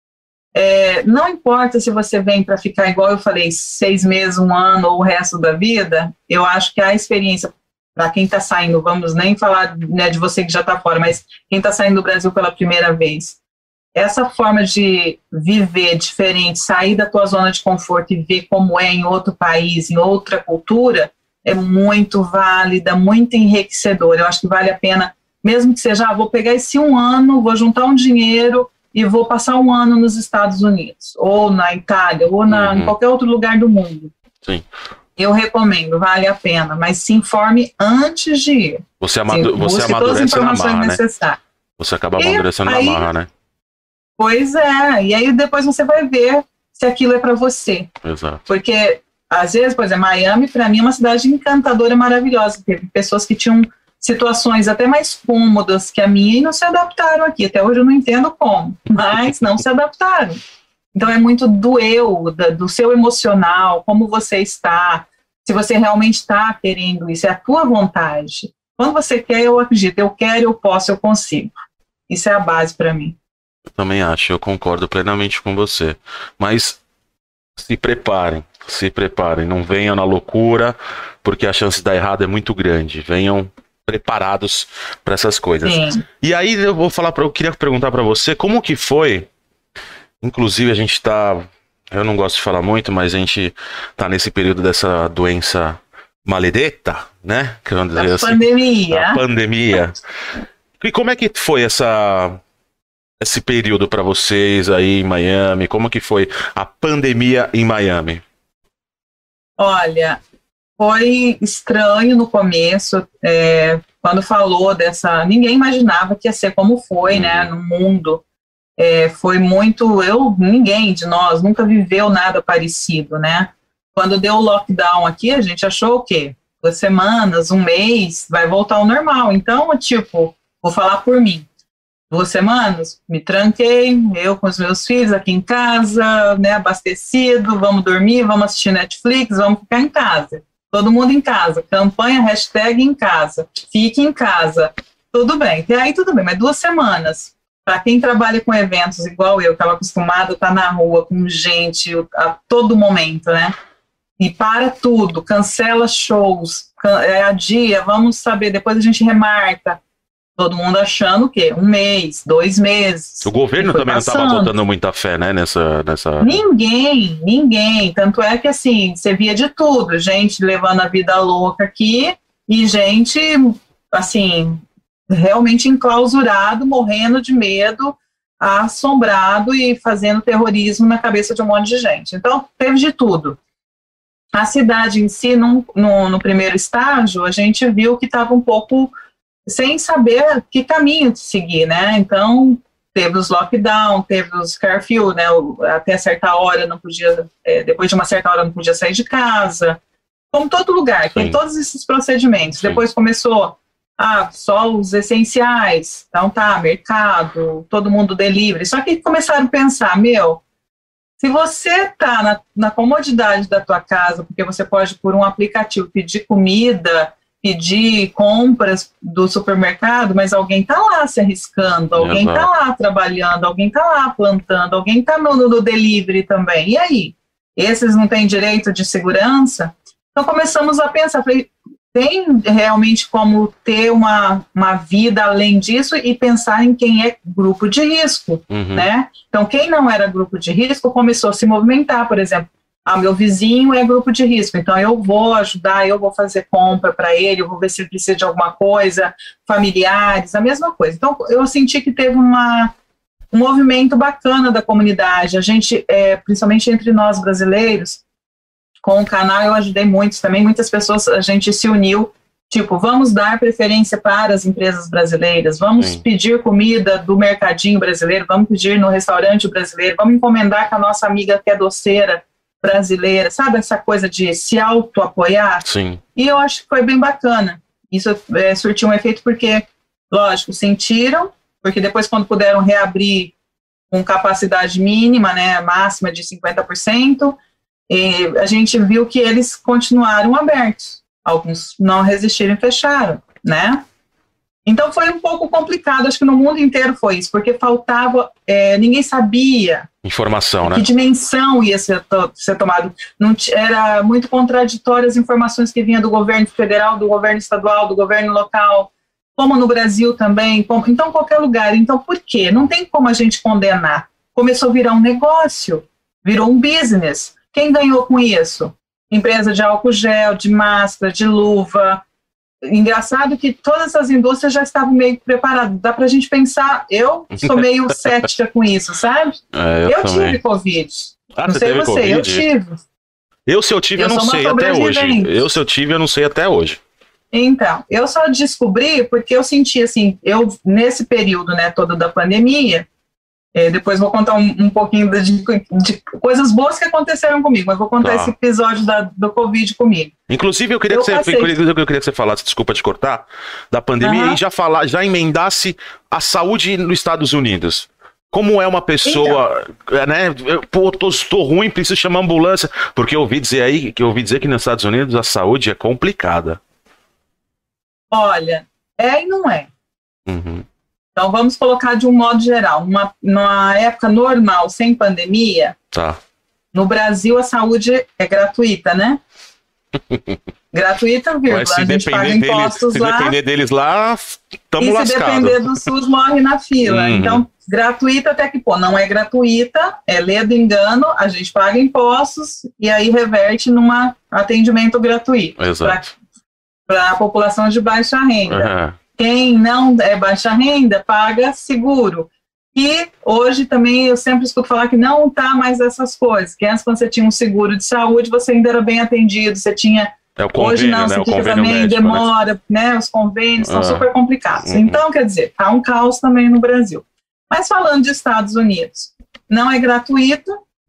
Speaker 2: É, não importa se você vem para ficar, igual eu falei, seis meses, um ano ou o resto da vida, eu acho que a experiência, para quem está saindo, vamos nem falar, né, de você que já está fora, mas quem está saindo do Brasil pela primeira vez, essa forma de viver diferente, sair da tua zona de conforto e ver como é em outro país, em outra cultura, é muito válida, muito enriquecedora. Eu acho que vale a pena, mesmo que seja, ah, vou pegar esse um ano, vou juntar um dinheiro e vou passar um ano nos Estados Unidos, ou na Itália, ou na, uhum. em qualquer outro lugar do mundo.
Speaker 1: Sim.
Speaker 2: Eu recomendo, vale a pena, mas se informe antes de ir.
Speaker 1: Você, amadu você amadurece na marra, né? Você acaba amadurecendo na marra, né?
Speaker 2: Pois é, e aí depois você vai ver se aquilo é para você.
Speaker 1: Exato.
Speaker 2: Porque, às vezes, por exemplo, Miami, para mim, é uma cidade encantadora, maravilhosa. Teve pessoas que tinham situações até mais cômodas que a minha e não se adaptaram aqui. Até hoje eu não entendo como, mas não se adaptaram. Então é muito do eu, do seu emocional, como você está, se você realmente está querendo isso, é a tua vontade. Quando você quer, eu acredito, eu quero, eu posso, eu consigo. Isso é a base para mim.
Speaker 1: Eu também acho, eu concordo plenamente com você. Mas se preparem, se preparem, não venham na loucura, porque a chance de dar errado é muito grande. Venham preparados para essas coisas.
Speaker 2: Sim.
Speaker 1: E aí eu vou falar para, eu queria perguntar para você, como que foi? Inclusive a gente tá, eu não gosto de falar muito, mas a gente tá nesse período dessa doença maledetta, né? Que vamos dizer
Speaker 2: a
Speaker 1: assim,
Speaker 2: pandemia.
Speaker 1: A pandemia. E como é que foi essa, esse período para vocês aí em Miami? Como que foi a pandemia em Miami?
Speaker 2: Olha, foi estranho no começo, é, quando falou dessa, ninguém imaginava que ia ser como foi, uhum. né, no mundo. É, foi muito, eu, ninguém de nós nunca viveu nada parecido, né? Quando deu o lockdown aqui, a gente achou o quê? Duas semanas, um mês, vai voltar ao normal. Então, tipo, vou falar por mim. Duas semanas, me tranquei, eu com os meus filhos aqui em casa, né, abastecido, vamos dormir, vamos assistir Netflix, vamos ficar em casa. Todo mundo em casa. Campanha, hashtag em casa. Fique em casa. Tudo bem. Até aí tudo bem, mas duas semanas. Para quem trabalha com eventos igual eu, que estava acostumado a estar na rua com gente a todo momento, né? E para tudo, cancela shows, é, adia, vamos saber, depois a gente remarca. Todo mundo achando o quê? Um mês, dois meses.
Speaker 1: O governo também passando. Não estava botando muita fé, né? Nessa, nessa...
Speaker 2: Ninguém, ninguém. Tanto é que, assim, você via de tudo. Gente levando a vida louca aqui e gente, assim... realmente enclausurado, morrendo de medo, assombrado e fazendo terrorismo na cabeça de um monte de gente. Então, teve de tudo. A cidade em si, num, no, no primeiro estágio, a gente viu que estava um pouco sem saber que caminho seguir, né? Então, teve os lockdown, teve os curfew, né? Até certa hora não podia, é, depois de uma certa hora não podia sair de casa. Como todo lugar, tem todos esses procedimentos. Sim. Depois começou... Ah, só os essenciais, então tá, mercado, todo mundo delivery. Só que começaram a pensar, meu, se você tá na, na comodidade da tua casa, porque você pode, por um aplicativo, pedir comida, pedir compras do supermercado, mas alguém tá lá se arriscando, alguém Exato. Tá lá trabalhando, alguém tá lá plantando, alguém tá no, no delivery também. E aí? Esses não têm direito de segurança? Então começamos a pensar, falei, tem realmente como ter uma, uma vida além disso e pensar em quem é grupo de risco, uhum. né? Então, quem não era grupo de risco começou a se movimentar, por exemplo, ah, meu vizinho é grupo de risco, então eu vou ajudar, eu vou fazer compra para ele, eu vou ver se ele precisa de alguma coisa, familiares, a mesma coisa. Então, eu senti que teve uma, um movimento bacana da comunidade, a gente, é, principalmente entre nós brasileiros, com o canal eu ajudei muitos também, muitas pessoas, a gente se uniu, tipo, vamos dar preferência para as empresas brasileiras, vamos Sim. pedir comida do mercadinho brasileiro, vamos pedir no restaurante brasileiro, vamos encomendar com a nossa amiga que é doceira brasileira, sabe essa coisa de se auto-apoiar?
Speaker 1: Sim.
Speaker 2: E eu acho que foi bem bacana, isso é, surtiu um efeito porque, lógico, sentiram, porque depois quando puderam reabrir com capacidade mínima, né, máxima de cinquenta por cento, e a gente viu que eles continuaram abertos. Alguns não resistiram e fecharam, né? Então foi um pouco complicado, acho que no mundo inteiro foi isso, porque faltava, é, ninguém sabia
Speaker 1: informação, né?
Speaker 2: Que dimensão ia ser, to ser tomado. Não era muito contraditório as informações que vinham do governo federal, do governo estadual, do governo local. como no Brasil também, como, então qualquer lugar. Então por quê? Não tem como a gente condenar. Começou a virar um negócio, virou um business. Quem ganhou com isso? Empresa de álcool gel, de máscara, de luva. Engraçado que todas essas indústrias já estavam meio preparadas. Dá pra gente pensar, eu sou meio cética com isso, sabe?
Speaker 1: É, eu
Speaker 2: eu
Speaker 1: também.
Speaker 2: tive Covid.
Speaker 1: Ah,
Speaker 2: não
Speaker 1: você
Speaker 2: sei
Speaker 1: teve
Speaker 2: você,
Speaker 1: COVID?
Speaker 2: eu tive.
Speaker 1: Eu, se eu tive, eu,
Speaker 2: eu
Speaker 1: não sei até hoje. Eu, se eu tive, eu não sei até hoje.
Speaker 2: Então, eu só descobri porque eu senti assim, eu nesse período, né, todo da pandemia, é, depois vou contar um, um pouquinho de, de coisas boas que aconteceram comigo, mas vou contar
Speaker 1: Tá.
Speaker 2: esse episódio da, do Covid comigo.
Speaker 1: Inclusive, eu queria,
Speaker 2: eu
Speaker 1: que você,
Speaker 2: passei...
Speaker 1: inclusive, eu queria que você falasse, desculpa te cortar, da pandemia
Speaker 2: Uhum.
Speaker 1: e já, falar, já emendasse a saúde nos Estados Unidos. Como é uma pessoa, então, né? Eu, pô, tô, tô ruim, preciso chamar ambulância. Porque eu ouvi dizer aí, que eu ouvi dizer que nos Estados Unidos a saúde é complicada.
Speaker 2: Olha, é e não é.
Speaker 1: Uhum.
Speaker 2: Então vamos colocar de um modo geral. Numa, numa época normal, sem pandemia,
Speaker 1: Tá.
Speaker 2: no Brasil a saúde é gratuita, né? Gratuita, vírgula.
Speaker 1: Mas se
Speaker 2: a gente paga
Speaker 1: depender
Speaker 2: impostos
Speaker 1: deles, se
Speaker 2: lá.
Speaker 1: depender deles lá, tamo
Speaker 2: E
Speaker 1: lascado.
Speaker 2: se depender do SUS, morre na fila.
Speaker 1: Uhum.
Speaker 2: Então, gratuita até que, pô, não é gratuita, é ledo engano, a gente paga impostos e aí reverte num atendimento gratuito.
Speaker 1: Exato.
Speaker 2: Para a população de baixa renda.
Speaker 1: Uhum.
Speaker 2: Quem não é baixa renda, paga seguro. E hoje também eu sempre escuto falar que não tá mais essas coisas, que antes quando você tinha um seguro de saúde, você ainda era bem atendido, você tinha...
Speaker 1: É o convênio,
Speaker 2: hoje não,
Speaker 1: né?
Speaker 2: você
Speaker 1: O
Speaker 2: fica
Speaker 1: convênio
Speaker 2: também,
Speaker 1: médico,
Speaker 2: demora, né? né? Os convênios são
Speaker 1: ah.
Speaker 2: super complicados.
Speaker 1: Uhum.
Speaker 2: Então, quer dizer, tá um caos também no Brasil. Mas falando de Estados Unidos, não é gratuito,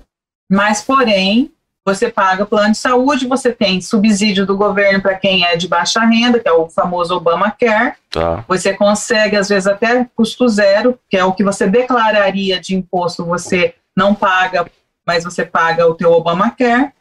Speaker 2: mas porém, você paga plano de saúde, você tem subsídio do governo para quem é de baixa renda, que é o famoso Obamacare.
Speaker 1: Tá.
Speaker 2: Você consegue, às vezes, até custo zero, que é o que você declararia de imposto, você não paga, mas você paga o teu Obamacare,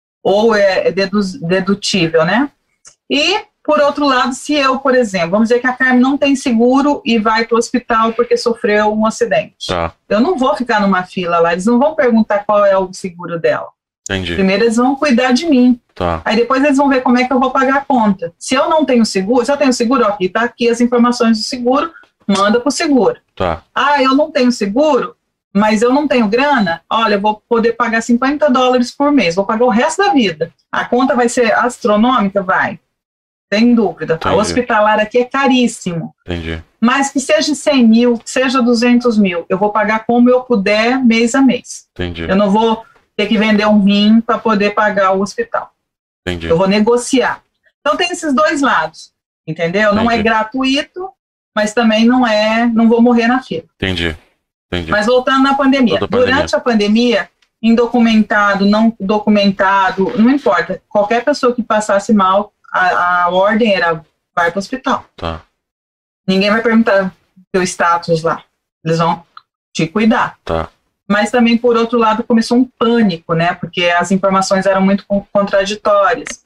Speaker 2: ou é dedutível, né? E, por outro lado, se eu, por exemplo, vamos dizer que a Carmen não tem seguro e vai para o hospital porque sofreu um acidente.
Speaker 1: Tá.
Speaker 2: Eu não vou ficar numa fila lá, eles não vão perguntar qual é o seguro dela.
Speaker 1: Entendi.
Speaker 2: Primeiro eles vão cuidar de mim.
Speaker 1: Tá.
Speaker 2: Aí depois eles vão ver como é que eu vou pagar a conta. Se eu não tenho seguro, se eu tenho seguro, ó, aqui tá aqui as informações do seguro, manda pro seguro.
Speaker 1: Tá.
Speaker 2: Ah, eu não tenho seguro, mas eu não tenho grana, olha, eu vou poder pagar cinquenta dólares por mês, vou pagar o resto da vida. A conta vai ser astronômica? Vai. Sem dúvida.
Speaker 1: Entendi.
Speaker 2: O hospitalar aqui é caríssimo.
Speaker 1: Entendi.
Speaker 2: Mas que seja cem mil, que seja duzentos mil, eu vou pagar como eu puder, mês a mês.
Speaker 1: Entendi.
Speaker 2: Eu não vou ter que vender um rim para poder pagar o hospital.
Speaker 1: Entendi.
Speaker 2: Eu vou negociar. Então tem esses dois lados, entendeu? Não
Speaker 1: Entendi.
Speaker 2: é gratuito, mas também não é, não vou morrer na fila.
Speaker 1: Entendi. Entendi.
Speaker 2: Mas voltando na pandemia,
Speaker 1: pandemia.
Speaker 2: durante a pandemia, indocumentado, não documentado, não importa, qualquer pessoa que passasse mal, a, a ordem era, vai para o hospital.
Speaker 1: Tá.
Speaker 2: Ninguém vai perguntar teu status lá, eles vão te cuidar.
Speaker 1: Tá.
Speaker 2: Mas também, por outro lado, começou um pânico, né? Porque as informações eram muito contraditórias.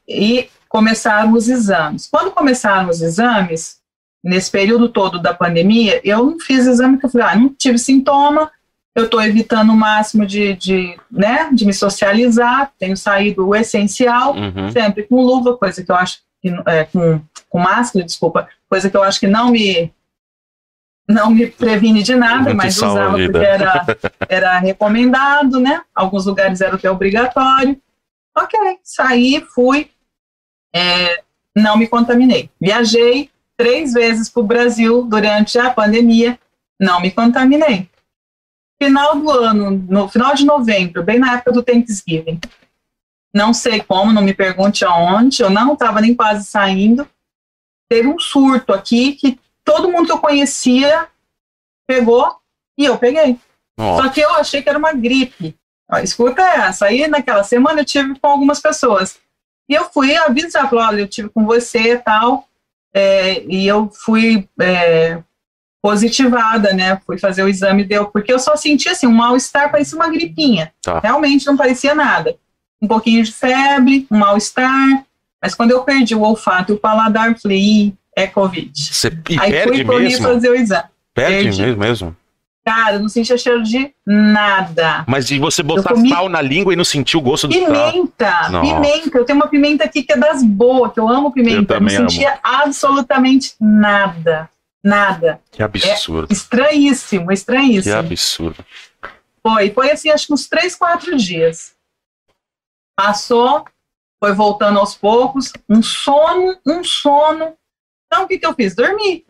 Speaker 2: E começaram os exames. Quando começaram os exames, nesse período todo da pandemia, eu não fiz exame, porque eu falei, ah, não tive sintoma, eu estou evitando o máximo de, de, né, de me socializar, tenho saído o essencial,
Speaker 1: Uhum.
Speaker 2: sempre com luva, coisa que eu acho que, é, com, com máscara, desculpa, coisa que eu acho que não me... não me previne de nada,
Speaker 1: Não
Speaker 2: mas
Speaker 1: salva
Speaker 2: usava porque era, era recomendado, né? Alguns lugares era até obrigatório. Ok, saí, fui, é, não me contaminei. Viajei três vezes para o Brasil durante a pandemia, não me contaminei. Final do ano, no final de novembro, bem na época do Thanksgiving, não sei como, não me pergunte aonde, eu não estava nem quase saindo, teve um surto aqui que todo mundo que eu conhecia pegou e eu peguei.
Speaker 1: Nossa.
Speaker 2: Só que eu achei que era uma gripe. Ó, escuta essa. Aí naquela semana eu tive com algumas pessoas. E eu fui avisar, falei, olha, eu tive com você e tal. É, e eu fui é, positivada, né? Fui fazer o exame, deu. Porque eu só sentia assim, um mal-estar, parecia uma gripinha.
Speaker 1: Tá.
Speaker 2: Realmente não parecia nada. Um pouquinho de febre, um mal-estar. Mas quando eu perdi o olfato e o paladar, falei, ih, é Covid.
Speaker 1: Você, e
Speaker 2: aí
Speaker 1: perde
Speaker 2: fui correr
Speaker 1: mesmo?
Speaker 2: fazer o exame.
Speaker 1: Perde
Speaker 2: Perdi.
Speaker 1: mesmo, mesmo?
Speaker 2: Cara, eu não sentia cheiro de nada.
Speaker 1: Mas de você botar
Speaker 2: comi...
Speaker 1: sal na língua e não sentir o gosto do
Speaker 2: pimenta,
Speaker 1: sal?
Speaker 2: Pimenta, pimenta. Eu tenho uma pimenta aqui que é das boas, que eu amo pimenta. Eu não sentia amo. absolutamente nada. Nada.
Speaker 1: Que absurdo.
Speaker 2: É estranhíssimo, estranhíssimo.
Speaker 1: Que absurdo.
Speaker 2: Foi, foi assim, acho que uns três, quatro dias. Passou, foi voltando aos poucos, um sono, um sono. Então, o que, que eu fiz? Dormi.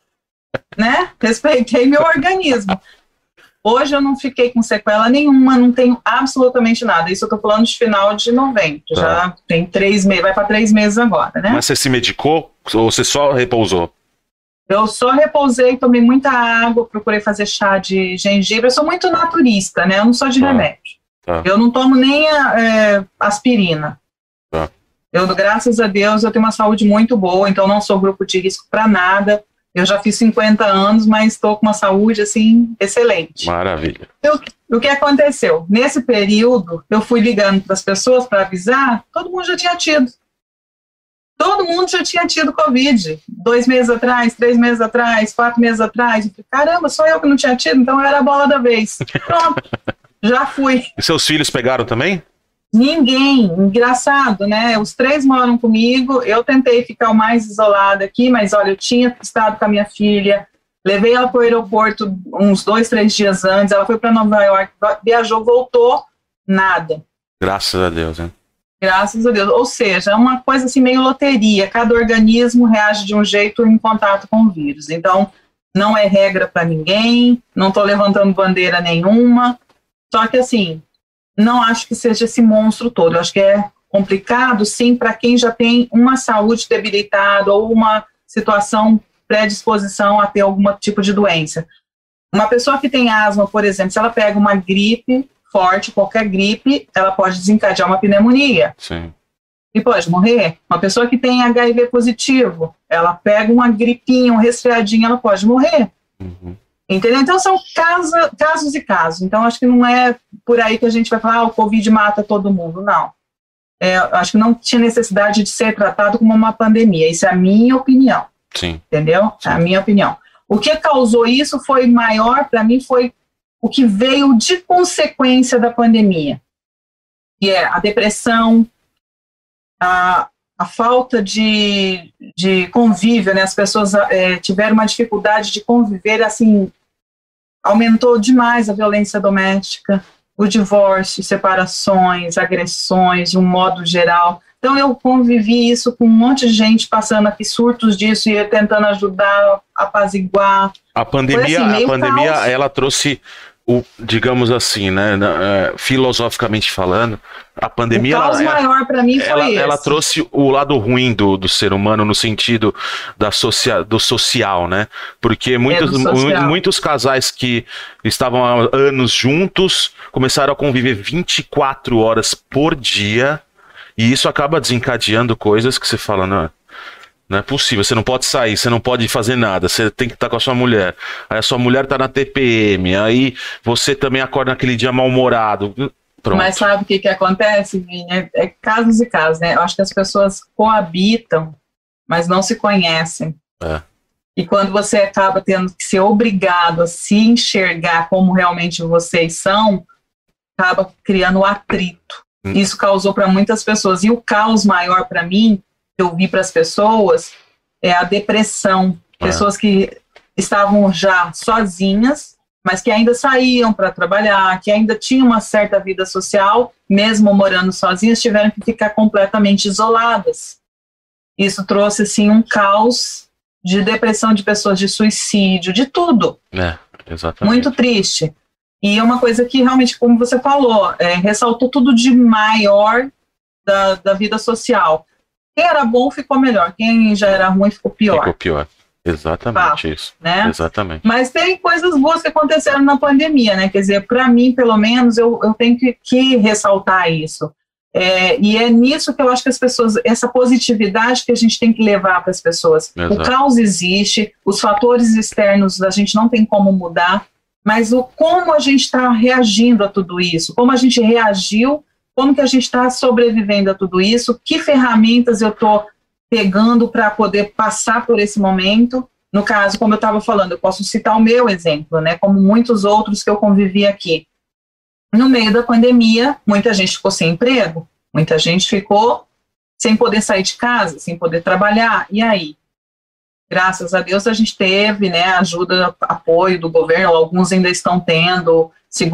Speaker 2: Né? Respeitei meu organismo. Hoje eu não fiquei com sequela nenhuma, não tenho absolutamente nada. Isso eu tô falando de final de novembro. Tá. Já tem três meses, vai para três meses agora, né?
Speaker 1: Mas você se medicou ou você só repousou?
Speaker 2: Eu só repousei, tomei muita água, procurei fazer chá de gengibre. Eu sou muito naturista, né? Eu não sou de tá. remédio. Tá. Eu não tomo nem é, aspirina. Tá. Eu, graças a Deus, eu tenho uma saúde muito boa, então não sou grupo de risco para nada. Eu já fiz cinquenta anos, mas estou com uma saúde, assim, excelente.
Speaker 1: Maravilha.
Speaker 2: Eu, o que aconteceu? Nesse período, eu fui ligando para as pessoas para avisar, todo mundo já tinha tido. Todo mundo já tinha tido Covid. Dois meses atrás, três meses atrás, quatro meses atrás. Eu falei, caramba, só eu que não tinha tido, então eu era a bola da vez. Pronto, já fui.
Speaker 1: E seus filhos pegaram também?
Speaker 2: Ninguém, engraçado, né? Os três moram comigo, eu tentei ficar o mais isolada aqui, mas olha, eu tinha estado com a minha filha, levei ela para o aeroporto uns dois, três dias antes, ela foi para Nova York, viajou, voltou, nada.
Speaker 1: Graças a Deus, hein?
Speaker 2: Graças a Deus, ou seja, é uma coisa assim meio loteria, cada organismo reage de um jeito em contato com o vírus, então não é regra para ninguém, não estou levantando bandeira nenhuma, só que assim, não acho que seja esse monstro todo. Eu acho que é complicado, sim, para quem já tem uma saúde debilitada ou uma situação predisposição a ter algum tipo de doença. Uma pessoa que tem asma, por exemplo, se ela pega uma gripe forte, qualquer gripe, ela pode desencadear uma pneumonia.
Speaker 1: Sim.
Speaker 2: E pode morrer. Uma pessoa que tem H I V positivo, ela pega uma gripinha, um resfriadinho, ela pode morrer. Uhum. Entendeu? Então são casos, casos e casos. Então acho que não é por aí que a gente vai falar, ah, o Covid mata todo mundo. Não. É, acho que não tinha necessidade de ser tratado como uma pandemia. Isso é a minha opinião.
Speaker 1: Sim.
Speaker 2: Entendeu?
Speaker 1: Sim.
Speaker 2: É a minha opinião. O que causou isso foi maior, para mim, foi o que veio de consequência da pandemia. Que é a depressão, a, a falta de, de convívio, né? As pessoas é, tiveram uma dificuldade de conviver, assim, aumentou demais a violência doméstica, o divórcio, separações, agressões, de um modo geral. Então eu convivi isso com um monte de gente passando aqui surtos disso e tentando ajudar, apaziguar.
Speaker 1: A pandemia, assim, a pandemia ela trouxe, o, digamos assim, né, é, filosoficamente falando, a pandemia... O
Speaker 2: caos
Speaker 1: ela,
Speaker 2: maior para mim foi
Speaker 1: ela,
Speaker 2: esse.
Speaker 1: Ela trouxe o lado ruim do, do ser humano no sentido da socia, do social, né? Porque muitos, é, muitos casais que estavam há anos juntos começaram a conviver vinte e quatro horas por dia e isso acaba desencadeando coisas que você fala, não... Não é possível, você não pode sair, você não pode fazer nada, você tem que estar com a sua mulher. Aí a sua mulher tá na T P M, aí você também acorda naquele dia mal-humorado. Pronto.
Speaker 2: Mas sabe o que que acontece, Vini? É, é casos e casos, né? Eu acho que as pessoas coabitam, mas não se conhecem.
Speaker 1: É.
Speaker 2: E quando você acaba tendo que ser obrigado a se enxergar como realmente vocês são, acaba criando um atrito. Hum. Isso causou para muitas pessoas. E o caos maior para mim, que eu vi para as pessoas, é a depressão. Pessoas é. que estavam já sozinhas, mas que ainda saíam para trabalhar, que ainda tinham uma certa vida social, mesmo morando sozinhas, tiveram que ficar completamente isoladas. Isso trouxe, assim, um caos de depressão de pessoas, de suicídio, de tudo.
Speaker 1: É, exatamente.
Speaker 2: Muito triste. E é uma coisa que realmente, como você falou, é, ressaltou tudo de maior da, da vida social. Quem era bom ficou melhor, quem já era ruim ficou pior.
Speaker 1: Ficou pior, exatamente Fato, isso.
Speaker 2: Né?
Speaker 1: Exatamente.
Speaker 2: Mas tem coisas boas que aconteceram na pandemia, né? Quer dizer, para mim, pelo menos, eu, eu tenho que, que ressaltar isso. É, e é nisso que eu acho que as pessoas, essa positividade que a gente tem que levar para as pessoas. Exato. O caos existe, os fatores externos a gente não tem como mudar, mas o como a gente está reagindo a tudo isso, como a gente reagiu, como que a gente está sobrevivendo a tudo isso, que ferramentas eu estou pegando para poder passar por esse momento, No caso, como eu estava falando, eu posso citar o meu exemplo, né, como muitos outros que eu convivi aqui. No meio da pandemia, muita gente ficou sem emprego, muita gente ficou sem poder sair de casa, sem poder trabalhar. E aí? Graças a Deus a gente teve, né, ajuda, apoio do governo, alguns ainda estão tendo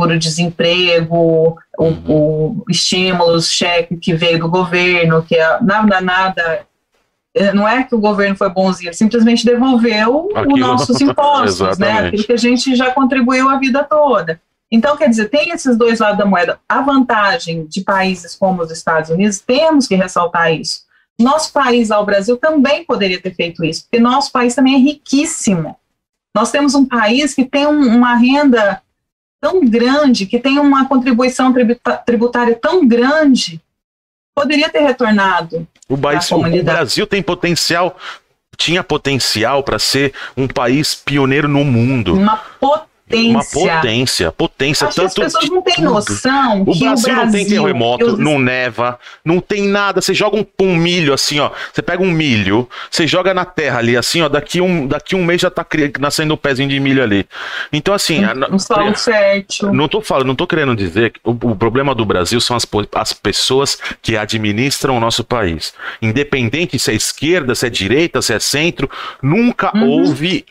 Speaker 2: seguro-desemprego, o, o estímulos, cheque que veio do governo, que é, nada, nada, não é que o governo foi bonzinho, ele simplesmente devolveu os nossos impostos, né, aquilo que a gente já contribuiu a vida toda. Então, quer dizer, tem esses dois lados da moeda. A vantagem de países como os Estados Unidos, temos que ressaltar isso. Nosso país, lá o Brasil, também poderia ter feito isso, porque nosso país também é riquíssimo. Nós temos um país que tem um, uma renda tão grande, que tem uma contribuição tributária tão grande, poderia ter retornado.
Speaker 1: O, país, o Brasil tem potencial, tinha potencial para ser um país pioneiro no mundo.
Speaker 2: Uma potência.
Speaker 1: Uma potência, potência.
Speaker 2: Acho
Speaker 1: tanto
Speaker 2: que as pessoas não têm noção
Speaker 1: o
Speaker 2: que
Speaker 1: Brasil,
Speaker 2: o Brasil
Speaker 1: não tem terremoto,
Speaker 2: os...
Speaker 1: não neva, não tem nada. Você joga um, um milho assim, ó. Você pega um milho, você joga na terra ali, assim, ó. Daqui um, daqui um mês já tá nascendo um pezinho de milho ali. Então, assim.
Speaker 2: Um, um solo fértil.
Speaker 1: Não tô falando, não tô querendo dizer que o, o problema do Brasil são as, as pessoas que administram o nosso país. Independente se é esquerda, se é direita, se é centro, nunca uhum. houve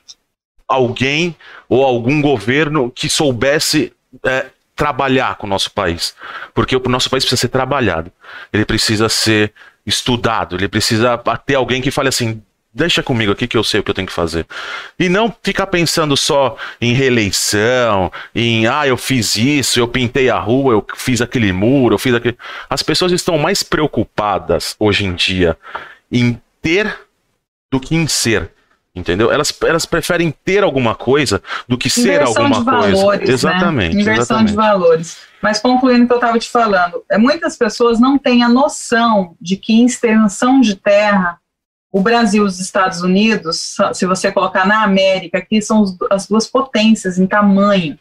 Speaker 1: alguém ou algum governo que soubesse é, trabalhar com o nosso país. Porque o nosso país precisa ser trabalhado. Ele precisa ser estudado. Ele precisa ter alguém que fale assim, deixa comigo aqui que eu sei o que eu tenho que fazer. E não ficar pensando só em reeleição, em, ah, eu fiz isso, eu pintei a rua, eu fiz aquele muro, eu fiz aquele... As pessoas estão mais preocupadas hoje em dia em ter do que em ser. Entendeu? Elas, elas preferem ter alguma coisa do que ser
Speaker 2: Inversão
Speaker 1: alguma
Speaker 2: de valores,
Speaker 1: coisa.
Speaker 2: Né?
Speaker 1: Exatamente.
Speaker 2: Inversão
Speaker 1: exatamente.
Speaker 2: de valores. Mas concluindo o que eu estava te falando, é, muitas pessoas não têm a noção de que em extensão de terra, o Brasil e os Estados Unidos, se você colocar na América, aqui são os, as duas potências em tamanho.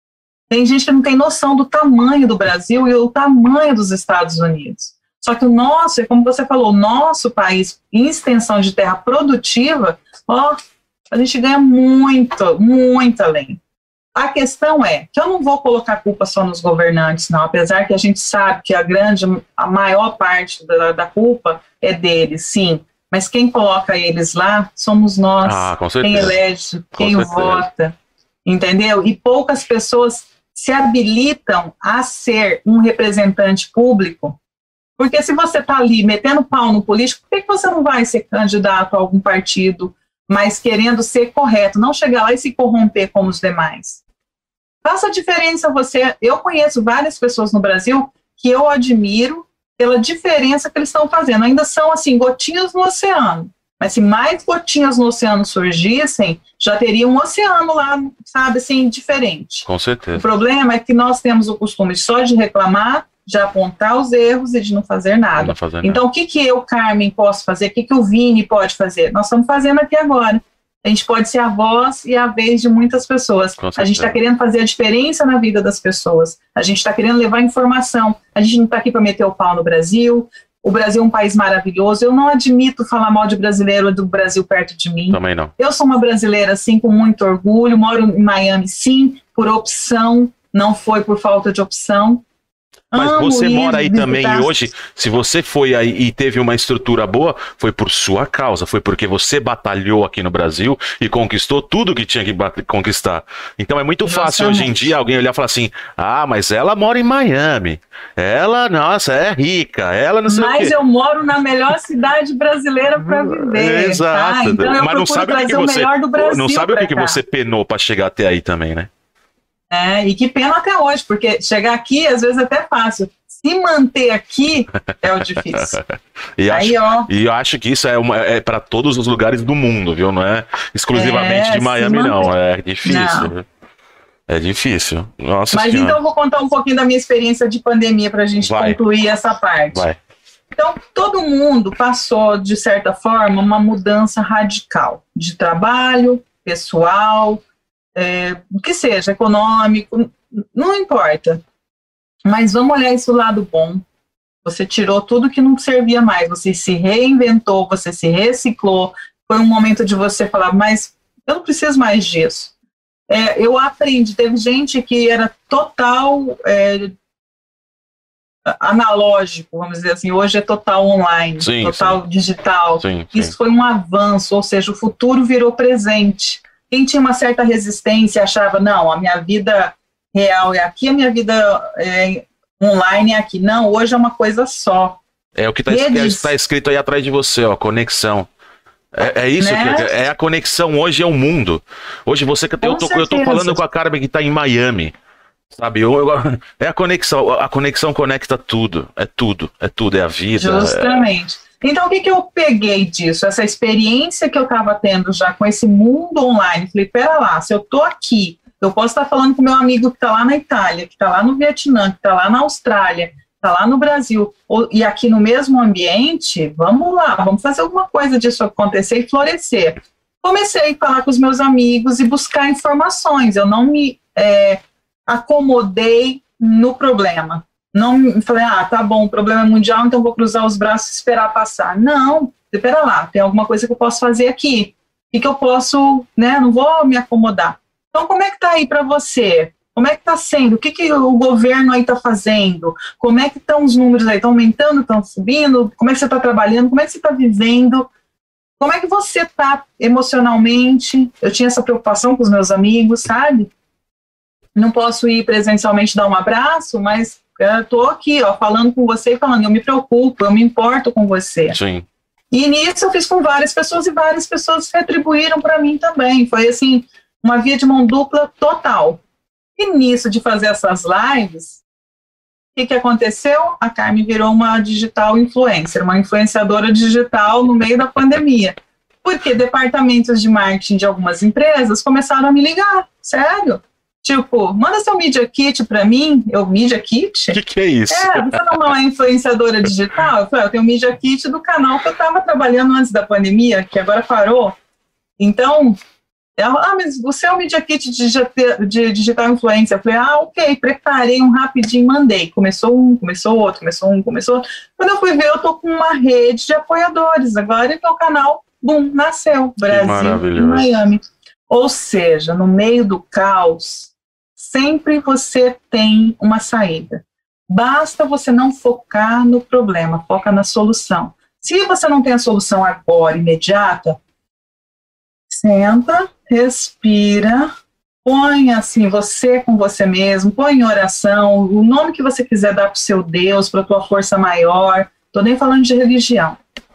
Speaker 2: Tem gente que não tem noção do tamanho do Brasil e o tamanho dos Estados Unidos. Só que o nosso, como você falou, o nosso país, em extensão de terra produtiva, ó, a gente ganha muito, muito além. A questão é que eu não vou colocar a culpa só nos governantes, não, apesar que a gente sabe que a grande, a maior parte da, da culpa é deles, sim, mas quem coloca eles lá somos nós,
Speaker 1: ah, com certeza.
Speaker 2: Quem elege,
Speaker 1: com
Speaker 2: quem
Speaker 1: certeza.
Speaker 2: vota, entendeu? E poucas pessoas se habilitam a ser um representante público. Porque se você está ali metendo pau no político, por que, que você não vai ser candidato a algum partido, mas querendo ser correto, não chegar lá e se corromper como os demais? Faça a diferença você. Eu conheço várias pessoas no Brasil que eu admiro pela diferença que eles estão fazendo. Ainda são, assim, gotinhas no oceano. Mas se mais gotinhas no oceano surgissem, já teria um oceano lá, sabe, assim, diferente.
Speaker 1: Com certeza.
Speaker 2: O problema é que nós temos o costume só de reclamar, de apontar os erros e de não fazer nada.
Speaker 1: Não fazer nada.
Speaker 2: Então, o que, que eu, Carmen, posso fazer? O que, que o Vini pode fazer? Nós estamos fazendo aqui agora. A gente pode ser a voz e a vez de muitas pessoas. A gente está querendo fazer a diferença na vida das pessoas. A gente está querendo levar informação. A gente não está aqui para meter o pau no Brasil. O Brasil é um país maravilhoso. Eu não admito falar mal de brasileiro do Brasil perto de mim.
Speaker 1: Também não.
Speaker 2: Eu sou uma brasileira, sim, com muito orgulho. Moro em Miami, sim, por opção. Não foi por falta de opção.
Speaker 1: Mas
Speaker 2: Amo
Speaker 1: você mora aí
Speaker 2: visitar.
Speaker 1: também e hoje, se você foi aí e teve uma estrutura boa, foi por sua causa, foi porque você batalhou aqui no Brasil e conquistou tudo que tinha que conquistar. Então é muito
Speaker 2: Exatamente.
Speaker 1: fácil hoje em dia alguém olhar e falar assim, ah, mas ela mora em Miami, ela, nossa, é rica, ela não sei
Speaker 2: mas
Speaker 1: o quê.
Speaker 2: Mas eu moro na melhor cidade brasileira para viver.
Speaker 1: Exato.
Speaker 2: Tá? Então eu
Speaker 1: mas não sabe o que, que você, não sabe o que, que você penou para chegar até aí também, né?
Speaker 2: É, e que pena até hoje, porque chegar aqui às vezes é até fácil. Se manter aqui é o difícil.
Speaker 1: e,
Speaker 2: Aí,
Speaker 1: acho,
Speaker 2: ó,
Speaker 1: e eu acho que isso é, uma, é para todos os lugares do mundo, viu? Não é exclusivamente
Speaker 2: é,
Speaker 1: de Miami, não. É difícil. Não. É difícil. Nossa
Speaker 2: Mas
Speaker 1: senhora.
Speaker 2: então eu vou contar um pouquinho da minha experiência de pandemia para a gente Vai. concluir essa parte.
Speaker 1: Vai.
Speaker 2: Então, todo mundo passou, de certa forma, uma mudança radical de trabalho, pessoal, é, o que seja, econômico, não importa. Mas vamos olhar isso do lado bom. Você tirou tudo que não servia mais, você se reinventou, você se reciclou. Foi um momento de você falar, mas Eu não preciso mais disso. É, eu aprendi, teve gente que era total é, analógico, vamos dizer assim, hoje é total online, sim, total sim. digital. Sim, sim. Isso foi um avanço, ou seja, o futuro virou presente. Quem tinha uma certa resistência achava, não, a minha vida real é aqui, a minha vida é, online é aqui. Não, hoje é uma coisa só.
Speaker 1: É o que está tá escrito aí atrás de você, ó, conexão. É, é isso, né? que é a conexão hoje é o mundo. Hoje você eu tô, eu tô falando com a Carmen que está em Miami, sabe? Eu, eu, é a conexão, a conexão conecta tudo, é tudo, é tudo, é a vida.
Speaker 2: Justamente. É... Então o que, que eu peguei disso? Essa experiência que eu estava tendo já com esse mundo online. Falei, pera lá, se eu tô aqui, eu posso estar falando com meu amigo que está lá na Itália, que está lá no Vietnã, que está lá na Austrália, está lá no Brasil, ou, e aqui no mesmo ambiente, vamos lá, vamos fazer alguma coisa disso acontecer e florescer. Comecei a falar com os meus amigos e buscar informações, eu não me é, acomodei no problema, não falei, ah, tá bom, o problema é mundial, então vou cruzar os braços e esperar passar. Não, espera lá, tem alguma coisa que eu posso fazer aqui, e que eu posso, né, não vou me acomodar. Então, como é que tá aí para você? Como é que está sendo? O que, que o governo aí está fazendo? Como é que estão os números aí? Estão aumentando, estão subindo? Como é que você está trabalhando? Como é que você está vivendo? Como é que você está emocionalmente? Eu tinha essa preocupação com os meus amigos, sabe? Não posso ir presencialmente dar um abraço, mas estou aqui, ó, falando com você e falando, eu me preocupo, eu me importo com você.
Speaker 1: Sim.
Speaker 2: E nisso eu fiz com várias pessoas e várias pessoas retribuíram para mim também. Foi assim, uma via de mão dupla total. E nisso de fazer essas lives, o que, que aconteceu? A Carmen virou uma digital influencer, uma influenciadora digital no meio da pandemia. Porque departamentos de marketing de algumas empresas começaram a me ligar, sério. Tipo, manda seu Media Kit para mim. Eu, Media Kit?
Speaker 1: O que, que é isso?
Speaker 2: É, você não é influenciadora digital? Eu falei, eu tenho o Media Kit do canal que eu estava trabalhando antes da pandemia, que agora parou. Então... Ela, ah, mas você é o Media Kit de, de digital influencer. Eu falei, ah, ok, preparei um rapidinho, mandei. Começou um, começou outro, começou um, começou outro. Quando eu fui ver, eu tô com uma rede de apoiadores. Agora é que o canal, bum, nasceu. Brasil e Miami. Ou seja, no meio do caos, sempre você tem uma saída. Basta você não focar no problema, foca na solução. Se você não tem a solução agora, imediata, senta, respira, põe assim, você com você mesmo, põe em oração, o nome que você quiser dar para o seu Deus, para a tua força maior, estou nem falando de religião.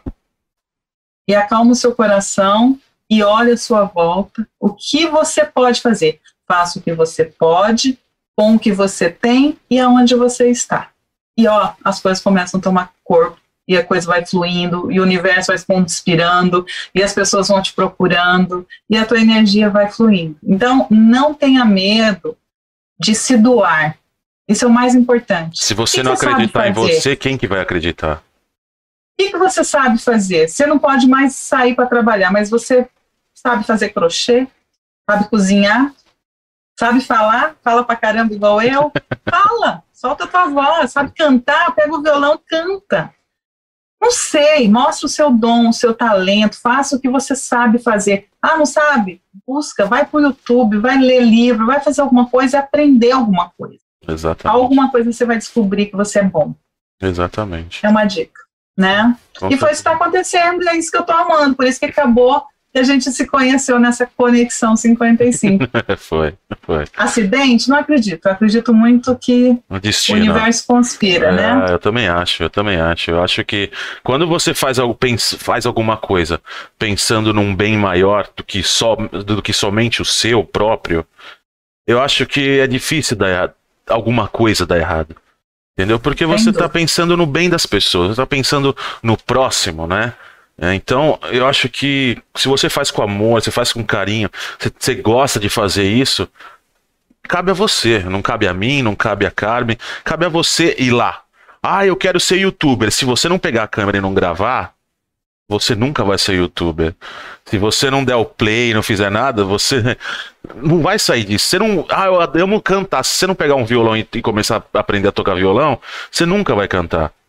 Speaker 2: E acalma o seu coração e olha a sua volta, o que você pode fazer. Faça o que você pode, com o que você tem e aonde você está. E ó, as coisas começam a tomar corpo. E a coisa vai fluindo, e o universo vai se conspirando, e as pessoas vão te procurando, e a tua energia vai fluindo. Então, não tenha medo de se doar. Isso é o mais importante.
Speaker 1: Se você não acreditar em você, quem que vai acreditar?
Speaker 2: O que, que você sabe fazer? Você não pode mais sair para trabalhar, mas você sabe fazer crochê, sabe cozinhar, sabe falar, fala pra caramba igual eu, fala, solta a tua voz, sabe cantar, pega o violão, canta. Não sei, mostra o seu dom, o seu talento, faça o que você sabe fazer. Ah, não sabe? Busca, vai pro YouTube, vai ler livro, vai fazer alguma coisa e aprender alguma coisa.
Speaker 1: Exatamente.
Speaker 2: Alguma coisa você vai descobrir que você é bom.
Speaker 1: Exatamente.
Speaker 2: É uma dica, né? Com e foi isso que está acontecendo, e é isso que eu tô amando, por isso que acabou que a gente se conheceu nessa Conexão cinquenta e cinco.
Speaker 1: Foi, foi.
Speaker 2: Acidente? Não acredito. Eu acredito muito que o, o universo conspira, é, né?
Speaker 1: Eu também acho, eu também acho. Eu acho que quando você faz, algo, faz alguma coisa pensando num bem maior do que, só, do que somente o seu próprio, eu acho que é difícil dar errado, alguma coisa dar errado. Entendeu? Porque você está pensando no bem das pessoas, você está pensando no próximo, né? Então, eu acho que se você faz com amor, você faz com carinho, você, você gosta de fazer isso, cabe a você, não cabe a mim, não cabe a Carmen, cabe a você ir lá. Ah, eu quero ser youtuber. Se você não pegar a câmera e não gravar, você nunca vai ser youtuber. Se você não der o play, não fizer nada, você não vai sair disso. Você não, ah, eu amo cantar. Se você não pegar um violão e, e começar a aprender a tocar violão, você nunca vai cantar.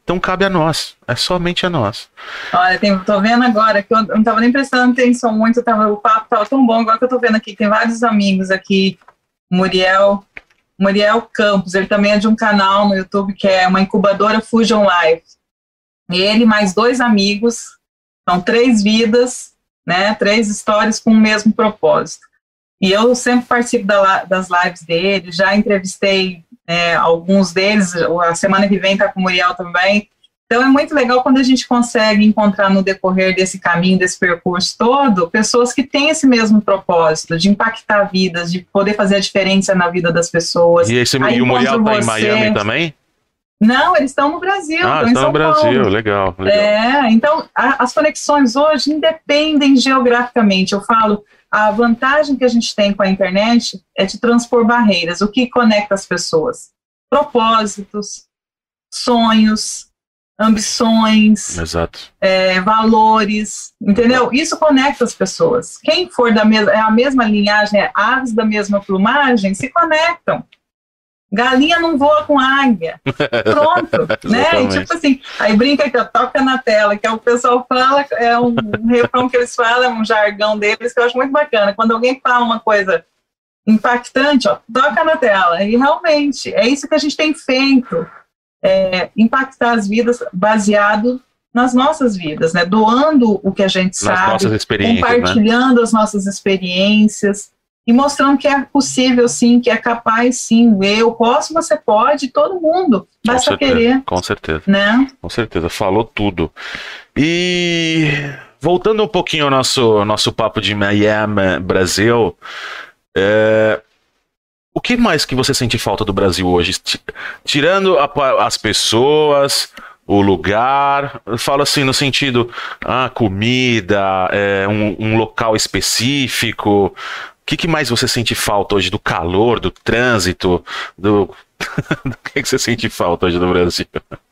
Speaker 1: Então cabe a nós, é somente a nós.
Speaker 2: Olha, tem, tô vendo agora que eu não tava nem prestando atenção muito, tava, o papo tava tão bom, agora que eu tô vendo aqui, tem vários amigos aqui, Muriel, Muriel Campos, ele também é de um canal no YouTube que é uma incubadora Fusion Life. Ele e mais dois amigos, são três vidas, né, três histórias com o mesmo propósito. E eu sempre participo da, das lives dele, já entrevistei é, alguns deles, a semana que vem tá com o Muriel também. Então é muito legal quando a gente consegue encontrar no decorrer desse caminho, desse percurso todo, pessoas que têm esse mesmo propósito, de impactar vidas, de poder fazer a diferença na vida das pessoas.
Speaker 1: E, esse, e o Muriel tá em Miami também?
Speaker 2: Não, eles estão no Brasil.
Speaker 1: Ah,
Speaker 2: estão
Speaker 1: estão no Brasil, legal, legal.
Speaker 2: É, então a, as conexões hoje independem geograficamente. Eu falo, a vantagem que a gente tem com a internet é de transpor barreiras. O que conecta as pessoas? Propósitos, sonhos, ambições,
Speaker 1: Exato.
Speaker 2: É, valores, entendeu? Isso conecta as pessoas. Quem for da mesma, é a mesma linhagem, é aves da mesma plumagem, se conectam. Galinha não voa com águia. Pronto, né? E tipo assim, aí brinca que toca na tela, que é o pessoal fala, é um refrão que eles falam, é um jargão deles que eu acho muito bacana. Quando alguém fala uma coisa impactante, ó, toca na tela. E realmente, é isso que a gente tem feito. É, impactar as vidas baseado nas nossas vidas, né? Doando o que a gente
Speaker 1: nas
Speaker 2: sabe,
Speaker 1: nossas experiências,
Speaker 2: compartilhando, né, as nossas experiências e mostrando que é possível sim, que é capaz sim. Eu posso, você pode, todo mundo. Basta
Speaker 1: com certeza,
Speaker 2: querer.
Speaker 1: Com certeza.
Speaker 2: Né?
Speaker 1: Com certeza, falou tudo. E voltando um pouquinho ao nosso, nosso papo de Miami, Brasil, é... o que mais que você sente falta do Brasil hoje? Tirando a, as pessoas, o lugar, eu falo assim no sentido, ah, comida, é, um, um local específico. O que, que mais você sente falta hoje? Do calor, do trânsito, do... do que, que você sente falta hoje no Brasil?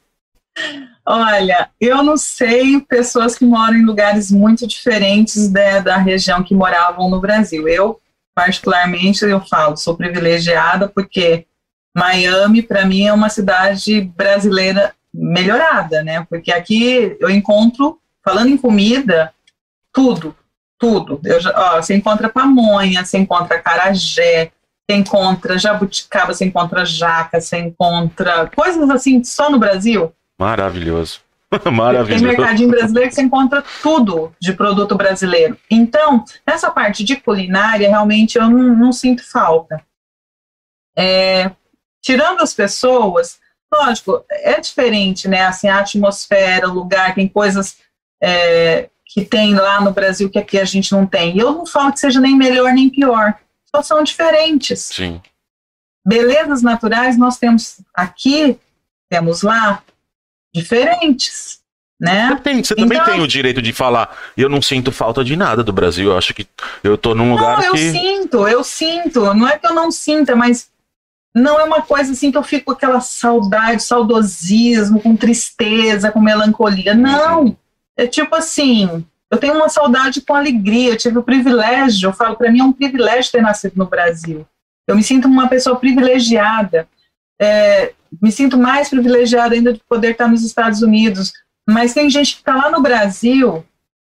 Speaker 2: Olha, eu não sei pessoas que moram em lugares muito diferentes da, da região que moravam no Brasil. Eu particularmente, eu falo, sou privilegiada porque Miami, para mim, é uma cidade brasileira melhorada, né? Porque aqui eu encontro, falando em comida, tudo, tudo. Eu já, ó, você encontra pamonha, você encontra acarajé, você encontra jabuticaba, você encontra jaca, você encontra coisas assim só no Brasil.
Speaker 1: Maravilhoso. Maravilhoso.
Speaker 2: Tem mercadinho brasileiro que você encontra tudo de produto brasileiro. Então, nessa parte de culinária, realmente eu não, não sinto falta. É, tirando as pessoas, lógico, é diferente, né? Assim, a atmosfera, o lugar, tem coisas é, que tem lá no Brasil que aqui a gente não tem. E eu não falo que seja nem melhor nem pior. Só são diferentes.
Speaker 1: Sim.
Speaker 2: Belezas naturais nós temos aqui, temos lá, diferentes, né?
Speaker 1: Você, tem, você
Speaker 2: então,
Speaker 1: também tem o direito de falar, eu não sinto falta de nada do Brasil, eu acho que eu tô num lugar
Speaker 2: não, eu
Speaker 1: que...
Speaker 2: eu sinto, eu sinto, não é que eu não sinta, mas não é uma coisa assim que eu fico com aquela saudade, saudosismo, com tristeza, com melancolia, não, é tipo assim, eu tenho uma saudade com alegria, eu tive o privilégio, eu falo, para mim é um privilégio ter nascido no Brasil, eu me sinto uma pessoa privilegiada, é, me sinto mais privilegiada ainda de poder estar nos Estados Unidos, mas tem gente que está lá no Brasil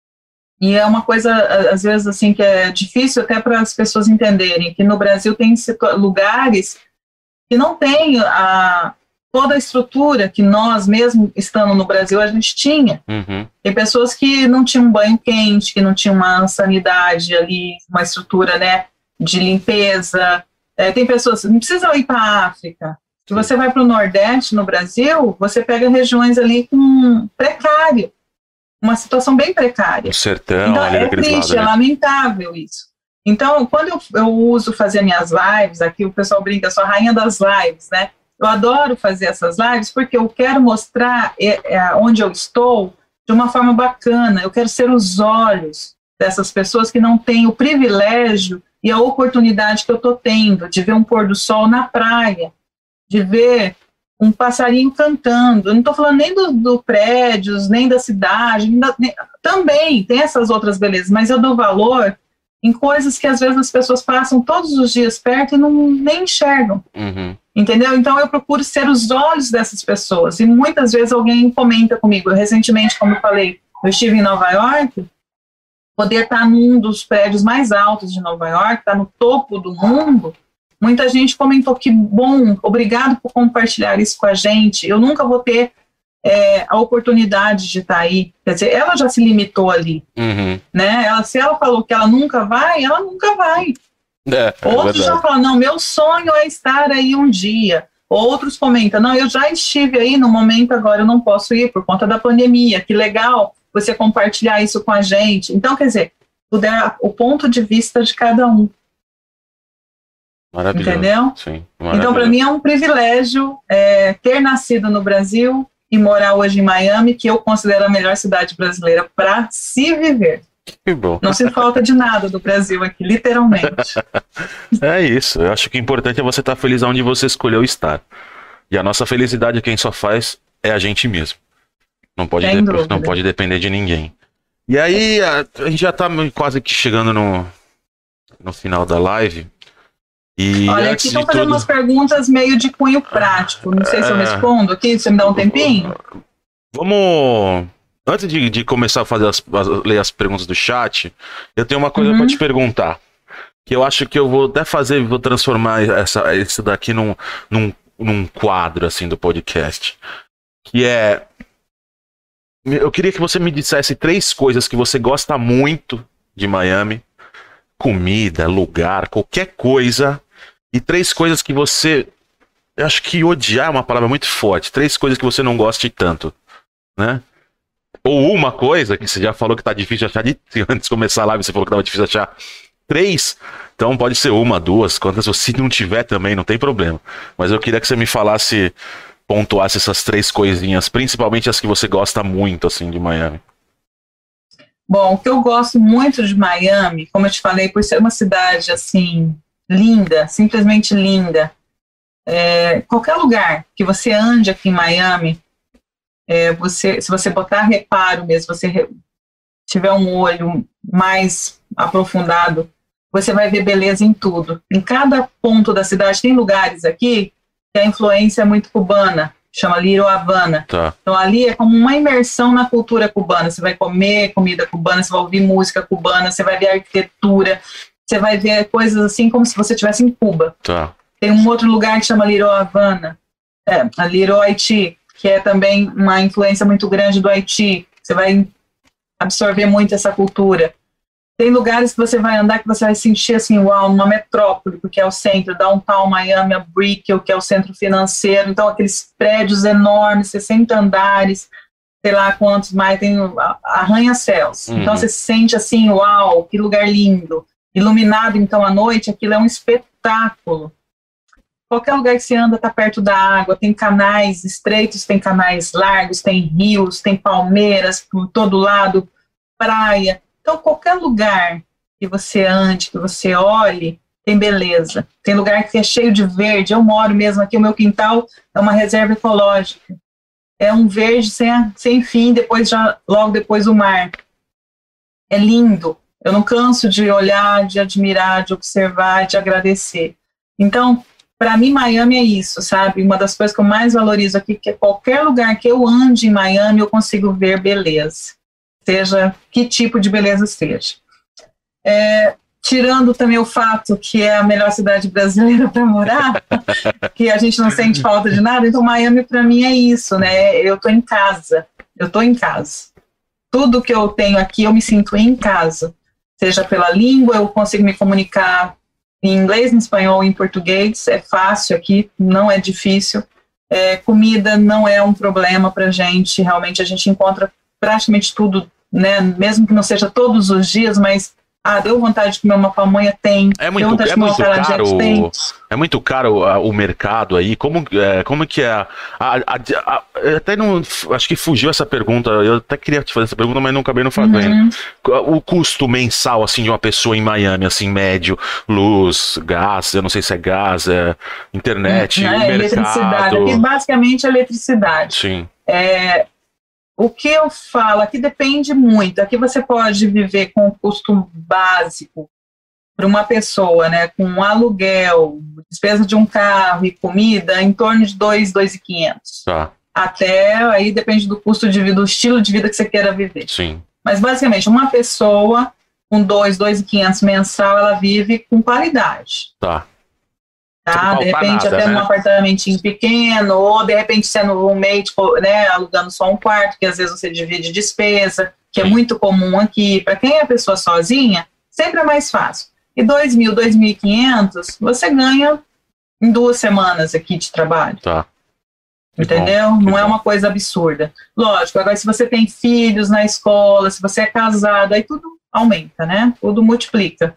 Speaker 2: e é uma coisa, às vezes, assim, que é difícil até para as pessoas entenderem, que no Brasil tem lugares que não tem a, toda a estrutura que nós, mesmo estando no Brasil, a gente tinha.
Speaker 1: Uhum.
Speaker 2: Tem pessoas que não tinham banho quente, que não tinham uma sanidade ali, uma estrutura, né, de limpeza. É, tem pessoas, não precisa ir para a África. Se você vai para o Nordeste, no Brasil, você pega regiões ali com precário, uma situação bem precária.
Speaker 1: O sertão,
Speaker 2: então,
Speaker 1: ali
Speaker 2: é
Speaker 1: daqueles
Speaker 2: triste,
Speaker 1: lados,
Speaker 2: é
Speaker 1: né?
Speaker 2: lamentável isso. Então, quando eu, eu uso fazer minhas lives, aqui o pessoal brinca, eu sou a rainha das lives, né? Eu adoro fazer essas lives porque eu quero mostrar é, é, onde eu estou de uma forma bacana. Eu quero ser os olhos dessas pessoas que não têm o privilégio e a oportunidade que eu estou tendo de ver um pôr do sol na praia, de ver um passarinho cantando. Eu não estou falando nem dos do prédios, nem da cidade, nem da, nem, também tem essas outras belezas, mas eu dou valor em coisas que às vezes as pessoas passam todos os dias perto e não, nem enxergam.
Speaker 1: Uhum.
Speaker 2: Entendeu? Então eu procuro ser os olhos dessas pessoas. E muitas vezes alguém comenta comigo. Eu, recentemente, como eu falei, eu estive em Nova York, poder estar num dos prédios mais altos de Nova York, estar no topo do mundo. Muita gente comentou que bom, obrigado por compartilhar isso com a gente. Eu nunca vou ter é, a oportunidade de estar aí. Quer dizer, ela já se limitou ali.
Speaker 1: Uhum.
Speaker 2: Né? Ela, se ela falou que ela nunca vai, ela nunca vai.
Speaker 1: É, é
Speaker 2: Outros
Speaker 1: verdade.
Speaker 2: já falam, não, meu sonho é estar aí um dia. Outros comentam, não, eu já estive aí no momento, agora eu não posso ir por conta da pandemia. Que legal você compartilhar isso com a gente. Então, quer dizer, tudo é o ponto de vista de cada um.
Speaker 1: Maravilhoso.
Speaker 2: Entendeu?
Speaker 1: Sim,
Speaker 2: então, para mim é um privilégio é, ter nascido no Brasil e morar hoje em Miami, que eu considero a melhor cidade brasileira para se viver.
Speaker 1: Que bom.
Speaker 2: Não se falta de nada do Brasil aqui, literalmente.
Speaker 1: É isso. Eu acho que o importante é você estar feliz onde você escolheu estar. E a nossa felicidade, quem só faz, é a gente mesmo. Não pode, de... não pode depender de ninguém. E aí, a, a gente já tá quase que chegando no, no final da live. E
Speaker 2: olha, aqui estão fazendo tudo... umas perguntas meio de cunho prático. Não sei é... se eu respondo aqui, você me dá um tempinho?
Speaker 1: Vamos... Antes de, de começar a fazer as, a ler as perguntas do chat, eu tenho uma coisa uhum. para te perguntar. Que eu acho que eu vou até fazer, vou transformar essa, isso daqui num, num, num quadro assim do podcast. Que é... Eu queria que você me dissesse três coisas que você gosta muito de Miami. Comida, lugar, qualquer coisa. E três coisas que você... Eu acho que odiar é uma palavra muito forte. Três coisas que você não goste tanto, né? Ou uma coisa, que você já falou que tá difícil de achar, de... antes de começar a live você falou que tava difícil de achar três, então pode ser uma, duas, quantas, se não tiver também, não tem problema. Mas eu queria que você me falasse, pontuasse essas três coisinhas, principalmente as que você gosta muito, assim, de Miami.
Speaker 2: Bom, o que eu gosto muito de Miami, como eu te falei, por ser uma cidade, assim, linda, simplesmente linda, é, qualquer lugar que você ande aqui em Miami, É, você, se você botar reparo mesmo, se você re, tiver um olho mais aprofundado, você vai ver beleza em tudo. Em cada ponto da cidade, tem lugares aqui que a influência é muito cubana, chama Little Havana.
Speaker 1: Tá.
Speaker 2: Então ali é como uma imersão na cultura cubana. Você vai comer comida cubana, você vai ouvir música cubana, você vai ver arquitetura, você vai ver coisas assim como se você estivesse em Cuba.
Speaker 1: Tá.
Speaker 2: Tem um outro lugar que chama Little Havana, é, a Little Haiti, que é também uma influência muito grande do Haiti. Você vai absorver muito essa cultura. Tem lugares que você vai andar que você vai sentir assim, uau, uma metrópole, porque é o centro, Downtown Miami, a Brickell, que é o centro financeiro, então aqueles prédios enormes, sessenta andares, sei lá quantos mais, tem arranha-céus. Uhum. Então você se sente assim, uau, que lugar lindo. Iluminado então à noite, aquilo é um espetáculo. Qualquer lugar que você anda está perto da água, tem canais estreitos, tem canais largos, tem rios, tem palmeiras por todo lado, praia. Então, qualquer lugar que você ande, que você olhe, tem beleza. Tem lugar que é cheio de verde. Eu moro mesmo aqui, o meu quintal é uma reserva ecológica. É um verde sem, sem fim, depois já, logo depois o mar. É lindo. Eu não canso de olhar, de admirar, de observar, de agradecer. Então, para mim, Miami é isso, sabe? Uma das coisas que eu mais valorizo aqui, que é qualquer lugar que eu ande em Miami, eu consigo ver beleza. Seja que tipo de beleza seja. É, tirando também o fato que é a melhor cidade brasileira para morar, que a gente não sente falta de nada, então Miami para mim é isso, né? Eu tô em casa, eu tô em casa. Tudo que eu tenho aqui, eu me sinto em casa. Seja pela língua, eu consigo me comunicar em inglês, em espanhol, em português, é fácil aqui, não é difícil. É, comida não é um problema para a gente, realmente a gente encontra praticamente tudo, né? Mesmo que não seja todos os dias, mas ah, deu vontade de comer uma pamonha, tem.
Speaker 1: É muito, é muito caro, tem. É muito caro a, o mercado aí. Como, é, como que é? A, a, a, a, até não, acho que fugiu essa pergunta. Eu até queria te fazer essa pergunta, mas não acabei não fazendo. Uhum. O custo mensal assim de uma pessoa em Miami, assim médio, luz, gás, eu não sei se é gás, é internet,
Speaker 2: é,
Speaker 1: mercado.
Speaker 2: Eletricidade. Aqui, basicamente, eletricidade.
Speaker 1: Sim.
Speaker 2: É, o que eu falo, aqui depende muito. Aqui você pode viver com o custo básico para uma pessoa, né, com um aluguel, despesa de um carro e comida, em torno de dois, dois mil e quinhentos.
Speaker 1: Tá.
Speaker 2: Até, aí depende do custo de vida, do estilo de vida que você queira viver.
Speaker 1: Sim.
Speaker 2: Mas, basicamente, uma pessoa com dois, dois mil e quinhentos mensal, ela vive com qualidade.
Speaker 1: Tá.
Speaker 2: Tá? De repente,
Speaker 1: nada,
Speaker 2: até
Speaker 1: né?
Speaker 2: num apartamentinho pequeno, ou de repente sendo roommate, né, alugando só um quarto, que às vezes você divide despesa, que é muito comum aqui. Para quem é pessoa sozinha, sempre é mais fácil. E dois mil, dois mil e quinhentos, você ganha em duas semanas aqui de trabalho.
Speaker 1: Tá.
Speaker 2: Entendeu?
Speaker 1: Bom,
Speaker 2: não é
Speaker 1: bom.
Speaker 2: uma coisa absurda. Lógico, agora se você tem filhos na escola, se você é casado, aí tudo aumenta, né? Tudo multiplica.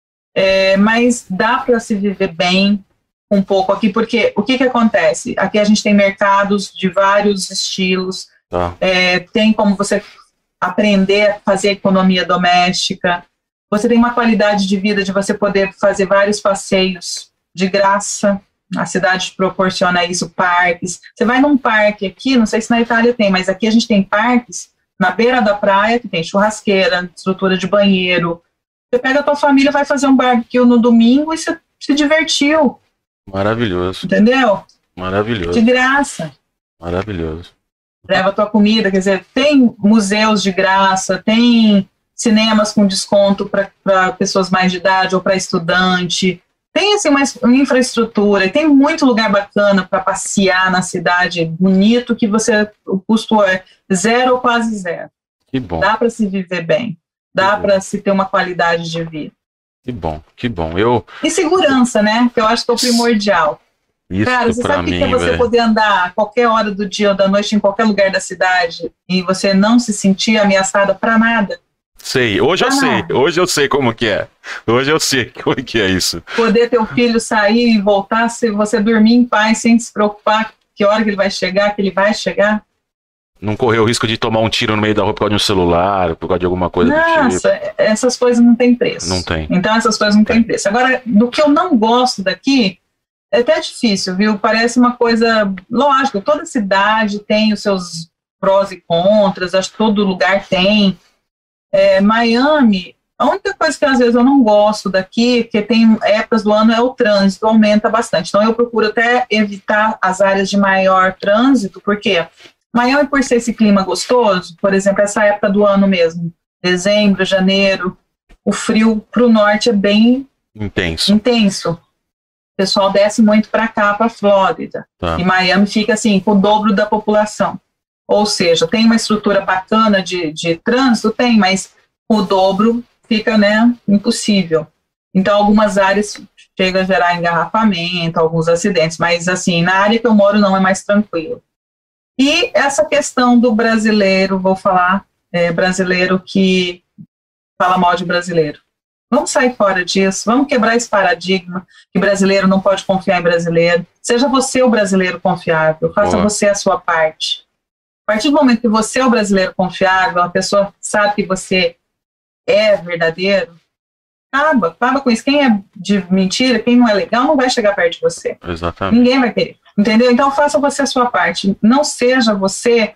Speaker 2: É, mas dá para se viver bem um pouco aqui, porque o que que acontece? Aqui a gente tem mercados de vários estilos,
Speaker 1: Tá.
Speaker 2: é, tem como você aprender a fazer economia doméstica, você tem uma qualidade de vida de você poder fazer vários passeios de graça, a cidade proporciona isso, parques. Você vai num parque aqui, não sei se na Itália tem, mas aqui a gente tem parques na beira da praia, que tem churrasqueira, estrutura de banheiro. Você pega a tua família, vai fazer um barbecue no domingo e você se divertiu.
Speaker 1: Maravilhoso.
Speaker 2: Entendeu?
Speaker 1: Maravilhoso.
Speaker 2: De graça.
Speaker 1: Maravilhoso.
Speaker 2: Leva a tua comida, quer dizer, tem museus de graça, tem cinemas com desconto para pessoas mais de idade ou para estudante. Tem assim uma, uma infraestrutura, e tem muito lugar bacana para passear na cidade, bonito, que você o custo é zero ou quase zero.
Speaker 1: Que bom.
Speaker 2: Dá para se viver bem, dá para se ter uma qualidade de vida.
Speaker 1: Que bom, que bom. Eu...
Speaker 2: E segurança, né? Que eu acho que é o primordial.
Speaker 1: Isso,
Speaker 2: cara, você
Speaker 1: pra
Speaker 2: sabe o
Speaker 1: mim,
Speaker 2: que é você
Speaker 1: véio.
Speaker 2: poder andar a qualquer hora do dia ou da noite em qualquer lugar da cidade e você não se sentir ameaçada para nada?
Speaker 1: Sei, hoje eu
Speaker 2: Ah,
Speaker 1: sei,
Speaker 2: não.
Speaker 1: hoje eu sei como que é. Hoje eu sei como que é isso.
Speaker 2: Poder teu filho sair e voltar, se você dormir em paz sem se preocupar que hora que ele vai chegar, que ele vai chegar.
Speaker 1: Não correr o risco de tomar um tiro no meio da rua por causa de um celular, por causa de alguma coisa do tipo.
Speaker 2: Nossa, essas coisas não têm preço.
Speaker 1: Não tem.
Speaker 2: Então essas coisas não têm preço. Agora, do que eu não gosto daqui, é até difícil, viu? Parece uma coisa, lógico, toda cidade tem os seus prós e contras, acho que todo lugar tem. É, Miami, a única coisa que às vezes eu não gosto daqui, que tem épocas do ano, é o trânsito, aumenta bastante. Então eu procuro até evitar as áreas de maior trânsito, porque Miami, por ser esse clima gostoso, por exemplo, essa época do ano mesmo, dezembro, janeiro, o frio para o norte é bem
Speaker 1: intenso.
Speaker 2: intenso. O pessoal desce muito para cá, para a Flórida.
Speaker 1: Tá.
Speaker 2: E Miami fica assim, com o dobro da população. Ou seja, tem uma estrutura bacana de, de trânsito? Tem, mas o dobro fica, né, impossível. Então, algumas áreas chegam a gerar engarrafamento, alguns acidentes, mas assim, na área que eu moro não é mais tranquilo. E essa questão do brasileiro, vou falar, é, brasileiro que fala mal de brasileiro. Vamos sair fora disso, vamos quebrar esse paradigma que brasileiro não pode confiar em brasileiro. Seja você o brasileiro confiável, faça
Speaker 1: Boa.
Speaker 2: você a sua parte. A partir do momento que você é o brasileiro confiável, a pessoa sabe que você é verdadeiro, acaba, acaba com isso. Quem é de mentira, quem não é legal, não vai chegar perto de você.
Speaker 1: Exatamente.
Speaker 2: Ninguém vai querer, entendeu? Então faça você a sua parte. Não seja você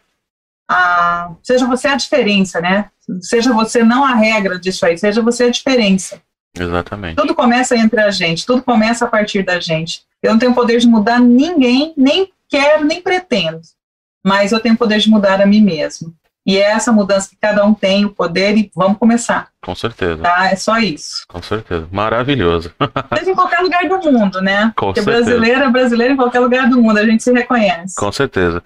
Speaker 2: a, seja você a diferença, né? Seja você não a regra disso aí, seja você a diferença.
Speaker 1: Exatamente.
Speaker 2: Tudo começa entre a gente, tudo começa a partir da gente. Eu não tenho poder de mudar ninguém, nem quero, nem pretendo. Mas eu tenho o poder de mudar a mim mesmo. E é essa mudança que cada um tem, o poder, e vamos começar.
Speaker 1: Com certeza.
Speaker 2: Tá? É só isso.
Speaker 1: Com certeza. Maravilhoso.
Speaker 2: Seja em qualquer lugar do mundo, né?
Speaker 1: Com
Speaker 2: Porque
Speaker 1: certeza.
Speaker 2: brasileiro é brasileiro em qualquer lugar do mundo, a gente se reconhece.
Speaker 1: Com certeza.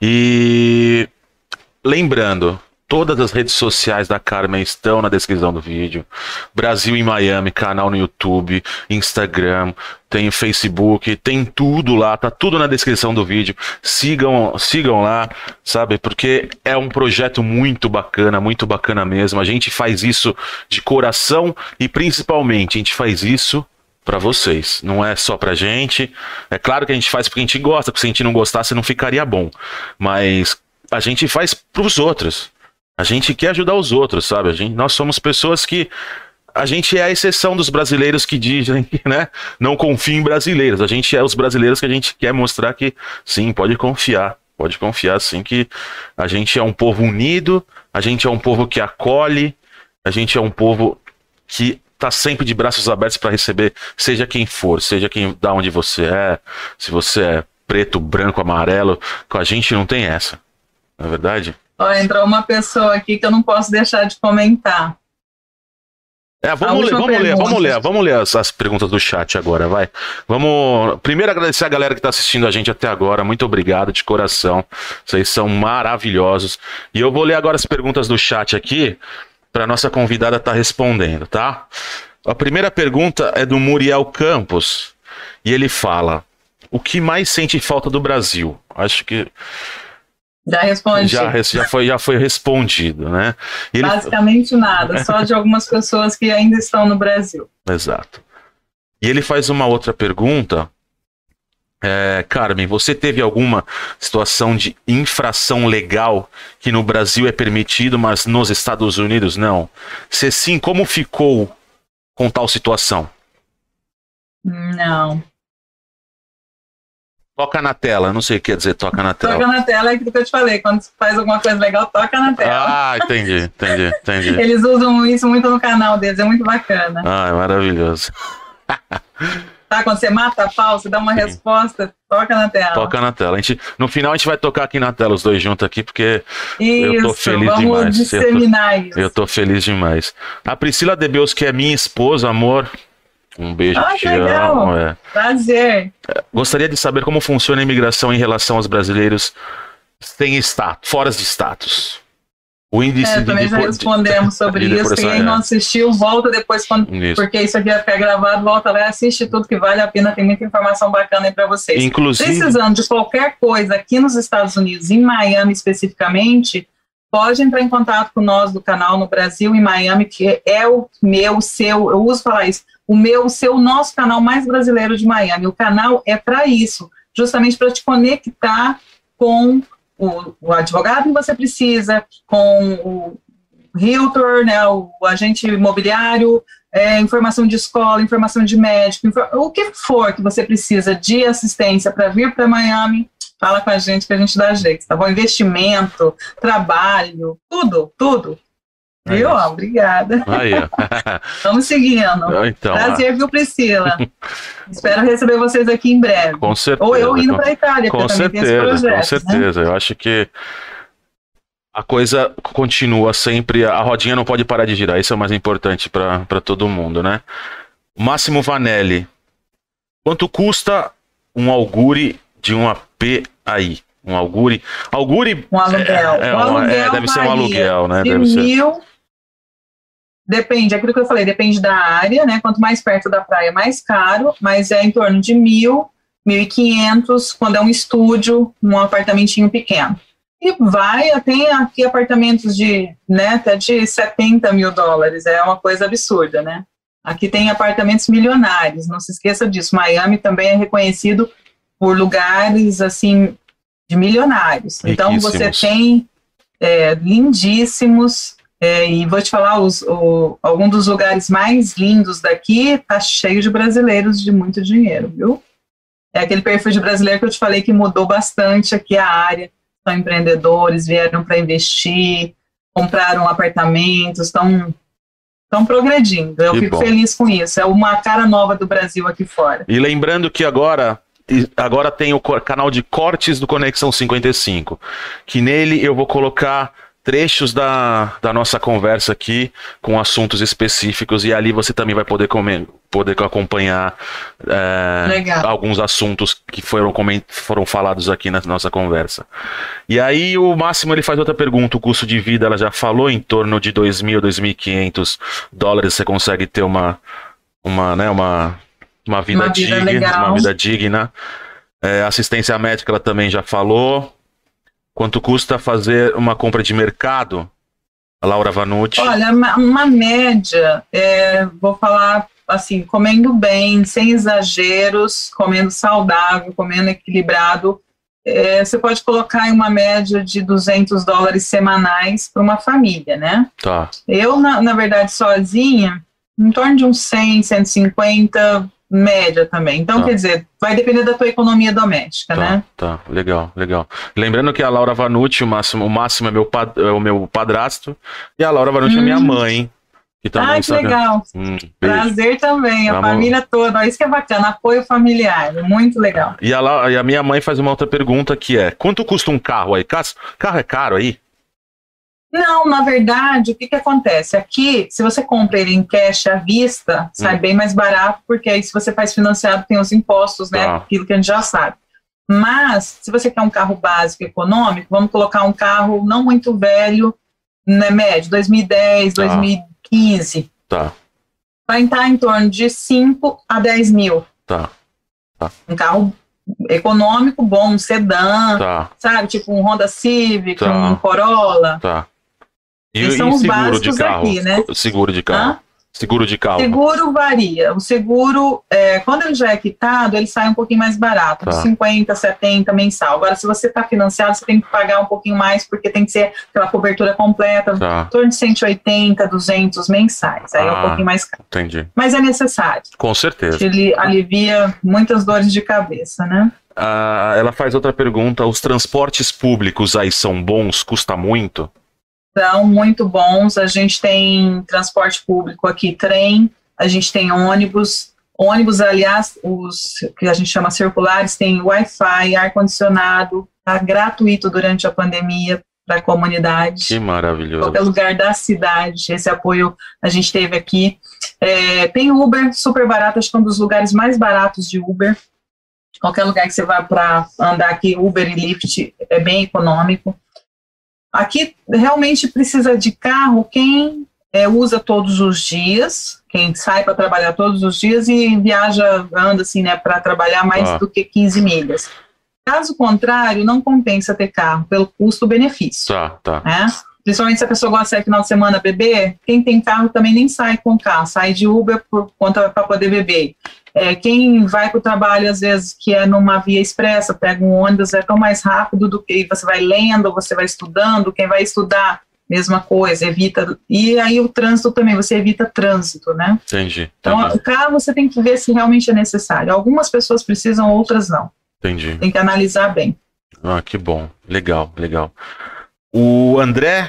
Speaker 1: E lembrando, todas as redes sociais da Carmen estão na descrição do vídeo. Brasil em Miami, canal no YouTube, Instagram, tem Facebook, tem tudo lá, tá tudo na descrição do vídeo. Sigam, sigam lá, sabe? Porque é um projeto muito bacana, muito bacana mesmo. A gente faz isso de coração e principalmente a gente faz isso pra vocês, não é só pra gente. É claro que a gente faz porque a gente gosta, porque se a gente não gostasse não ficaria bom. Mas a gente faz pros outros. A gente quer ajudar os outros, sabe? A gente, nós somos pessoas que... A gente é a exceção dos brasileiros que dizem que, né, não confiam em brasileiros. A gente é os brasileiros que a gente quer mostrar que, sim, pode confiar. Pode confiar, sim, que a gente é um povo unido, a gente é um povo que acolhe, a gente é um povo que tá sempre de braços abertos para receber, seja quem for, seja quem, da onde você é, se você é preto, branco, amarelo, com a gente não tem essa, não é verdade?
Speaker 2: Ó, entrou uma pessoa aqui que eu não posso deixar de comentar.
Speaker 1: É, vamos ler, vamos ler, vamos ler, vamos ler as, as perguntas do chat agora, vai. Vamos primeiro agradecer a galera que está assistindo a gente até agora, muito obrigado de coração, vocês são maravilhosos. E eu vou ler agora as perguntas do chat aqui, para nossa convidada estar tá respondendo, tá? A primeira pergunta é do Muriel Campos, e ele fala, o que mais sente falta do Brasil? Acho que...
Speaker 2: Já respondi.
Speaker 1: Já, já, foi, já foi respondido, né? E ele...
Speaker 2: Basicamente nada, só de algumas pessoas que ainda estão no Brasil.
Speaker 1: Exato. E ele faz uma outra pergunta. É, Carmen, você teve alguma situação de infração legal que no Brasil é permitido, mas nos Estados Unidos não? Se sim, como ficou com tal situação?
Speaker 2: Não.
Speaker 1: Toca na tela, não sei o que quer dizer toca na tela.
Speaker 2: Toca na tela é aquilo que eu te falei, quando você faz alguma coisa legal, toca na tela.
Speaker 1: Ah, entendi, entendi, entendi.
Speaker 2: Eles usam isso muito no canal deles, é muito bacana.
Speaker 1: Ah, é maravilhoso.
Speaker 2: Tá, quando você mata a pau, você dá uma Sim. resposta, toca na tela.
Speaker 1: Toca na tela. A gente, no final a gente vai tocar aqui na tela, os dois juntos aqui, porque
Speaker 2: isso,
Speaker 1: eu tô feliz
Speaker 2: vamos
Speaker 1: demais.
Speaker 2: disseminar
Speaker 1: eu tô,
Speaker 2: isso.
Speaker 1: Eu tô feliz demais. A Priscila Debeus, que é minha esposa, amor... Um beijo,
Speaker 2: ah,
Speaker 1: te
Speaker 2: legal.
Speaker 1: amo. É.
Speaker 2: Prazer.
Speaker 1: Gostaria de saber como funciona a imigração em relação aos brasileiros sem status, fora de status. O índice
Speaker 2: é,
Speaker 1: de
Speaker 2: também já respondemos sobre de isso. Quem não assistiu, volta depois, quando, isso. porque isso aqui vai ficar gravado, volta lá e assiste tudo que vale a pena, tem muita informação bacana aí para vocês.
Speaker 1: Inclusive...
Speaker 2: Precisando de qualquer coisa aqui nos Estados Unidos, em Miami especificamente, pode entrar em contato com nós do canal no Brasil, em Miami, que é o meu, seu, eu uso falar isso, o meu, o seu, nosso canal mais brasileiro de Miami. O canal é para isso, justamente para te conectar com o, o advogado que você precisa, com o realtor, né, o, o agente imobiliário, é, informação de escola, informação de médico, infor, o que for que você precisa de assistência para vir para Miami, fala com a gente que a gente dá jeito, tá bom? Investimento, trabalho, tudo, tudo. É viu? Ó, obrigada.
Speaker 1: Aí,
Speaker 2: vamos seguindo.
Speaker 1: Então,
Speaker 2: prazer,
Speaker 1: ah.
Speaker 2: viu, Priscila? Espero receber vocês aqui em breve.
Speaker 1: Com certeza.
Speaker 2: Ou eu indo para a Itália,
Speaker 1: com
Speaker 2: porque
Speaker 1: certeza,
Speaker 2: também tem esse projeto.
Speaker 1: Com certeza, né? Eu acho que a coisa continua sempre, a rodinha não pode parar de girar, isso é o mais importante para todo mundo, né? Máximo Vanelli, quanto custa um augure de um A P aí? Um augure? Augure...
Speaker 2: Um aluguel.
Speaker 1: É, é,
Speaker 2: um aluguel
Speaker 1: é, deve ser um aluguel, né?
Speaker 2: De
Speaker 1: Deve
Speaker 2: mil...
Speaker 1: ser.
Speaker 2: Depende, é aquilo que eu falei, depende da área, né? Quanto mais perto da praia, mais caro, mas é em torno de mil, mil e quinhentos, quando é um estúdio, um apartamentinho pequeno. E vai, tem aqui apartamentos de, né, até de setenta mil dólares, é uma coisa absurda, né? Aqui tem apartamentos milionários, não se esqueça disso. Miami também é reconhecido por lugares, assim, de milionários. Então, você tem é, lindíssimos... É, e vou te falar, os, o, algum dos lugares mais lindos daqui tá cheio de brasileiros de muito dinheiro, viu? É aquele perfil de brasileiro que eu te falei que mudou bastante aqui a área. São empreendedores, vieram para investir, compraram apartamentos, estão estão progredindo. Eu que fico bom. Feliz com isso. É uma cara nova do Brasil aqui fora.
Speaker 1: E lembrando que agora... Agora tem o canal de cortes do Conexão cinquenta e cinco, que nele eu vou colocar... trechos da, da nossa conversa aqui com assuntos específicos e ali você também vai poder, comer, poder acompanhar é, alguns assuntos que foram, foram falados aqui na nossa conversa. E aí o Máximo ele faz outra pergunta, o custo de vida ela já falou, em torno de dois mil, dois mil e quinhentos dólares você consegue ter uma, uma, né, uma, uma vida,
Speaker 2: uma vida
Speaker 1: digna, uma vida digna. É, assistência médica ela também já falou. Quanto custa fazer uma compra de mercado? A Laura Vanucci.
Speaker 2: Olha, uma, uma média, é, vou falar assim, comendo bem, sem exageros, comendo saudável, comendo equilibrado, é, você pode colocar em uma média de duzentos dólares semanais para uma família, né?
Speaker 1: Tá.
Speaker 2: Eu, na, na verdade, sozinha, em torno de uns cem, cento e cinquenta, média também. Então, tá. Quer dizer, vai depender da tua economia doméstica,
Speaker 1: tá,
Speaker 2: né?
Speaker 1: Tá, legal, legal. Lembrando que a Laura Vanucci, o Máximo, o Máximo é, meu pad, é o meu padrasto, e a Laura Vanucci hum. é minha mãe, Que também
Speaker 2: ah, que
Speaker 1: sabe...
Speaker 2: legal.
Speaker 1: Hum,
Speaker 2: Prazer também, a
Speaker 1: Vamos...
Speaker 2: família toda. Isso que é bacana, apoio familiar, muito legal.
Speaker 1: E a, e a minha mãe faz uma outra pergunta que é, quanto custa um carro aí? Carro é caro aí?
Speaker 2: Não, na verdade, o que, que acontece? Aqui, se você compra ele em cash à vista, sai hum. bem mais barato, porque aí se você faz financiado tem os impostos, né? Ah. Aquilo que a gente já sabe. Mas, se você quer um carro básico econômico, vamos colocar um carro não muito velho, né, médio, dois mil e dez, dois mil e quinze.
Speaker 1: Tá.
Speaker 2: Vai estar em torno de cinco a dez mil.
Speaker 1: Tá. Tá.
Speaker 2: Um carro econômico, bom, um sedã,
Speaker 1: tá.
Speaker 2: sabe? Tipo um Honda Civic,
Speaker 1: tá.
Speaker 2: um Corolla.
Speaker 1: Tá. E,
Speaker 2: e são
Speaker 1: e
Speaker 2: os
Speaker 1: seguro
Speaker 2: básicos
Speaker 1: de carro?
Speaker 2: Aqui, né?
Speaker 1: Seguro de carro. Hã? Seguro de carro.
Speaker 2: Seguro varia. O seguro, é, quando ele já é quitado, ele sai um pouquinho mais barato, tá. de cinquenta, setenta mensal. Agora, se você está financiado, você tem que pagar um pouquinho mais, porque tem que ser aquela cobertura completa,
Speaker 1: tá.
Speaker 2: em torno de cento e oitenta, duzentos mensais. Aí ah, é um pouquinho mais caro.
Speaker 1: Entendi.
Speaker 2: Mas é necessário.
Speaker 1: Com certeza.
Speaker 2: Ele alivia muitas dores de cabeça, né?
Speaker 1: Ah, ela faz outra pergunta. Os transportes públicos aí são bons? Custa muito?
Speaker 2: São muito bons, a gente tem transporte público aqui, trem, a gente tem ônibus, ônibus, aliás, os que a gente chama circulares, tem Wi-Fi, ar-condicionado, tá gratuito durante a pandemia para a comunidade.
Speaker 1: Que maravilhoso.
Speaker 2: Qualquer lugar da cidade, esse apoio a gente teve aqui. É, tem Uber, super barato, acho que é um dos lugares mais baratos de Uber. Qualquer lugar que você vá para andar aqui, Uber e Lyft, é bem econômico. Aqui realmente precisa de carro quem é, usa todos os dias, quem sai para trabalhar todos os dias e viaja, anda assim, né, para trabalhar mais ah. do que quinze milhas. Caso contrário, não compensa ter carro pelo custo-benefício.
Speaker 1: Tá, tá.
Speaker 2: Né? Principalmente se a pessoa gosta de sair final de semana beber, quem tem carro também nem sai com carro, sai de Uber por conta para poder beber. É, quem vai para o trabalho, às vezes, que é numa via expressa, pega um ônibus, é tão mais rápido do que você vai lendo, você vai estudando, quem vai estudar, mesma coisa, evita. E aí o trânsito também, você evita trânsito, né?
Speaker 1: Entendi.
Speaker 2: Então,
Speaker 1: entendi.
Speaker 2: o carro você tem que ver se realmente é necessário. Algumas pessoas precisam, outras não.
Speaker 1: Entendi.
Speaker 2: Tem que analisar bem.
Speaker 1: Ah, que bom. Legal, legal. O André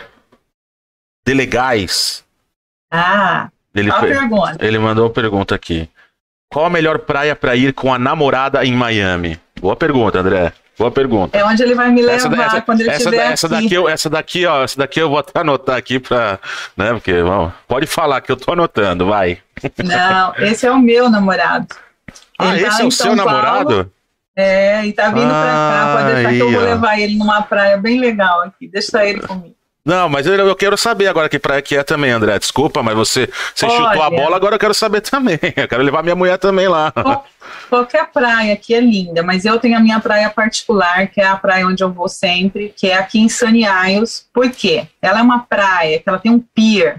Speaker 1: Delegais.
Speaker 2: Ah,
Speaker 1: ele,
Speaker 2: qual a pergunta?
Speaker 1: Ele mandou uma pergunta aqui. Qual a melhor praia para ir com a namorada em Miami? Boa pergunta, André. Boa pergunta.
Speaker 2: É onde ele vai me levar essa, essa, quando ele
Speaker 1: essa,
Speaker 2: estiver
Speaker 1: essa
Speaker 2: aqui.
Speaker 1: Daqui eu, essa daqui, ó, essa daqui eu vou até anotar aqui para, né, porque, vamos, pode falar que eu tô anotando, vai.
Speaker 2: Não, esse é o meu namorado.
Speaker 1: Ah, ele esse tá é o seu Paulo, namorado?
Speaker 2: É, e tá vindo ah, pra cá, pode deixar
Speaker 1: aí,
Speaker 2: que eu vou
Speaker 1: ó.
Speaker 2: levar ele numa praia bem legal aqui. Deixa ele comigo.
Speaker 1: Não, mas eu, eu quero saber agora que praia que é também, André. Desculpa, mas você, você chutou a bola, agora eu quero saber também. Eu quero levar minha mulher também lá.
Speaker 2: Qualquer praia aqui é linda, mas eu tenho a minha praia particular, que é a praia onde eu vou sempre, que é aqui em Sunny Isles. Por quê? Ela é uma praia que ela tem um pier.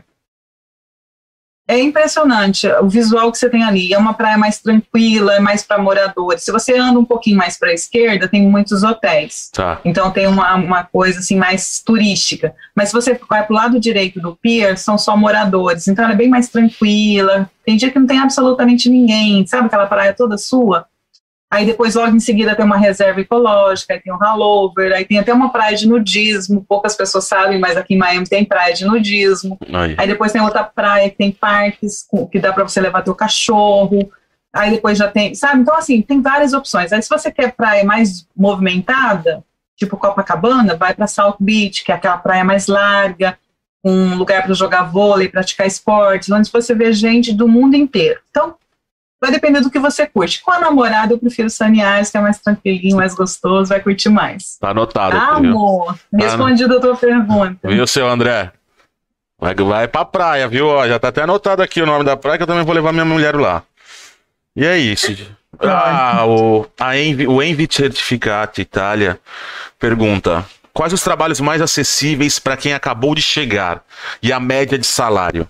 Speaker 2: É impressionante o visual que você tem ali. É uma praia mais tranquila, é mais para moradores. Se você anda um pouquinho mais para a esquerda, tem muitos hotéis.
Speaker 1: Tá.
Speaker 2: Então tem uma, uma coisa assim mais turística. Mas se você vai para o lado direito do pier, são só moradores. Então ela é bem mais tranquila. Tem dia que não tem absolutamente ninguém. Sabe aquela praia toda sua? Aí depois, logo em seguida, tem uma reserva ecológica, aí tem um rollover, aí tem até uma praia de nudismo, poucas pessoas sabem, mas aqui em Miami tem praia de nudismo. Aí, aí depois tem outra praia que tem parques, que dá para você levar teu cachorro, aí depois já tem, sabe? Então, assim, tem várias opções. Aí se você quer praia mais movimentada, tipo Copacabana, vai para South Beach, que é aquela praia mais larga, um lugar para jogar vôlei, praticar esportes, onde você vê gente do mundo inteiro. Então, vai depender do que você curte. Com a namorada, eu prefiro Sunny Isles, que é mais tranquilinho, mais gostoso, vai curtir mais.
Speaker 1: Tá anotado.
Speaker 2: Ah, amor, respondido a tua pergunta.
Speaker 1: Viu, seu André? Vai, vai pra praia, viu? Ó, já tá até anotado aqui o nome da praia, que eu também vou levar minha mulher lá. E é isso. Ah, o, a Envy, o Envy Certificate Itália pergunta: quais os trabalhos mais acessíveis para quem acabou de chegar e a média de salário?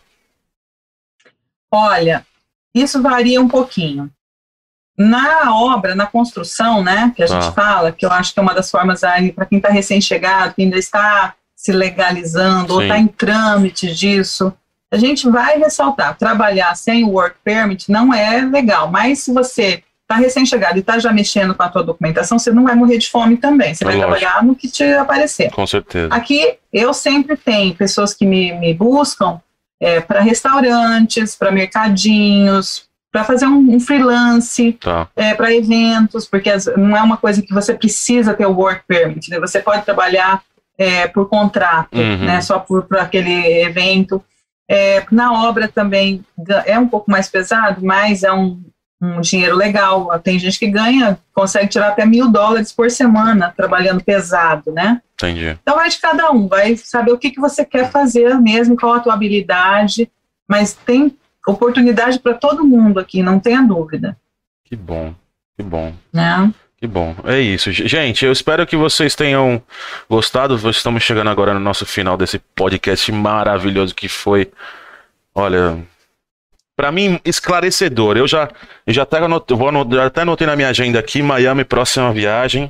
Speaker 2: Olha, isso varia um pouquinho. Na obra, na construção, né, que a gente ah. fala, que eu acho que é uma das formas aí, para quem está recém-chegado, que ainda está se legalizando, Sim. ou está em trâmite disso, a gente vai ressaltar, trabalhar sem work permit não é legal, mas se você está recém-chegado e está já mexendo com a tua documentação, você não vai morrer de fome também, você é vai lógico. trabalhar no que te aparecer.
Speaker 1: Com certeza.
Speaker 2: Aqui, eu sempre tenho pessoas que me, me buscam, é, para restaurantes, para mercadinhos, para fazer um, um freelance,
Speaker 1: tá.
Speaker 2: é, para eventos, porque as, não é uma coisa que você precisa ter o work permit, né? Você pode trabalhar é, por contrato, uhum. né? Só por, por aquele evento. É, na obra também é um pouco mais pesado, mas é um, um dinheiro legal. Tem gente que ganha, consegue tirar até mil dólares por semana trabalhando pesado, né?
Speaker 1: Entendi.
Speaker 2: Então vai de cada um, vai saber o que, que você quer fazer mesmo, qual a tua habilidade, mas tem oportunidade para todo mundo aqui, não tenha dúvida.
Speaker 1: Que bom, que bom.
Speaker 2: Né?
Speaker 1: Que bom, é isso. Gente, eu espero que vocês tenham gostado. Estamos chegando agora no nosso final desse podcast maravilhoso que foi, olha, para mim, esclarecedor. Eu já, eu já até anotei, vou anotei, até anotei na minha agenda aqui, Miami, próxima viagem.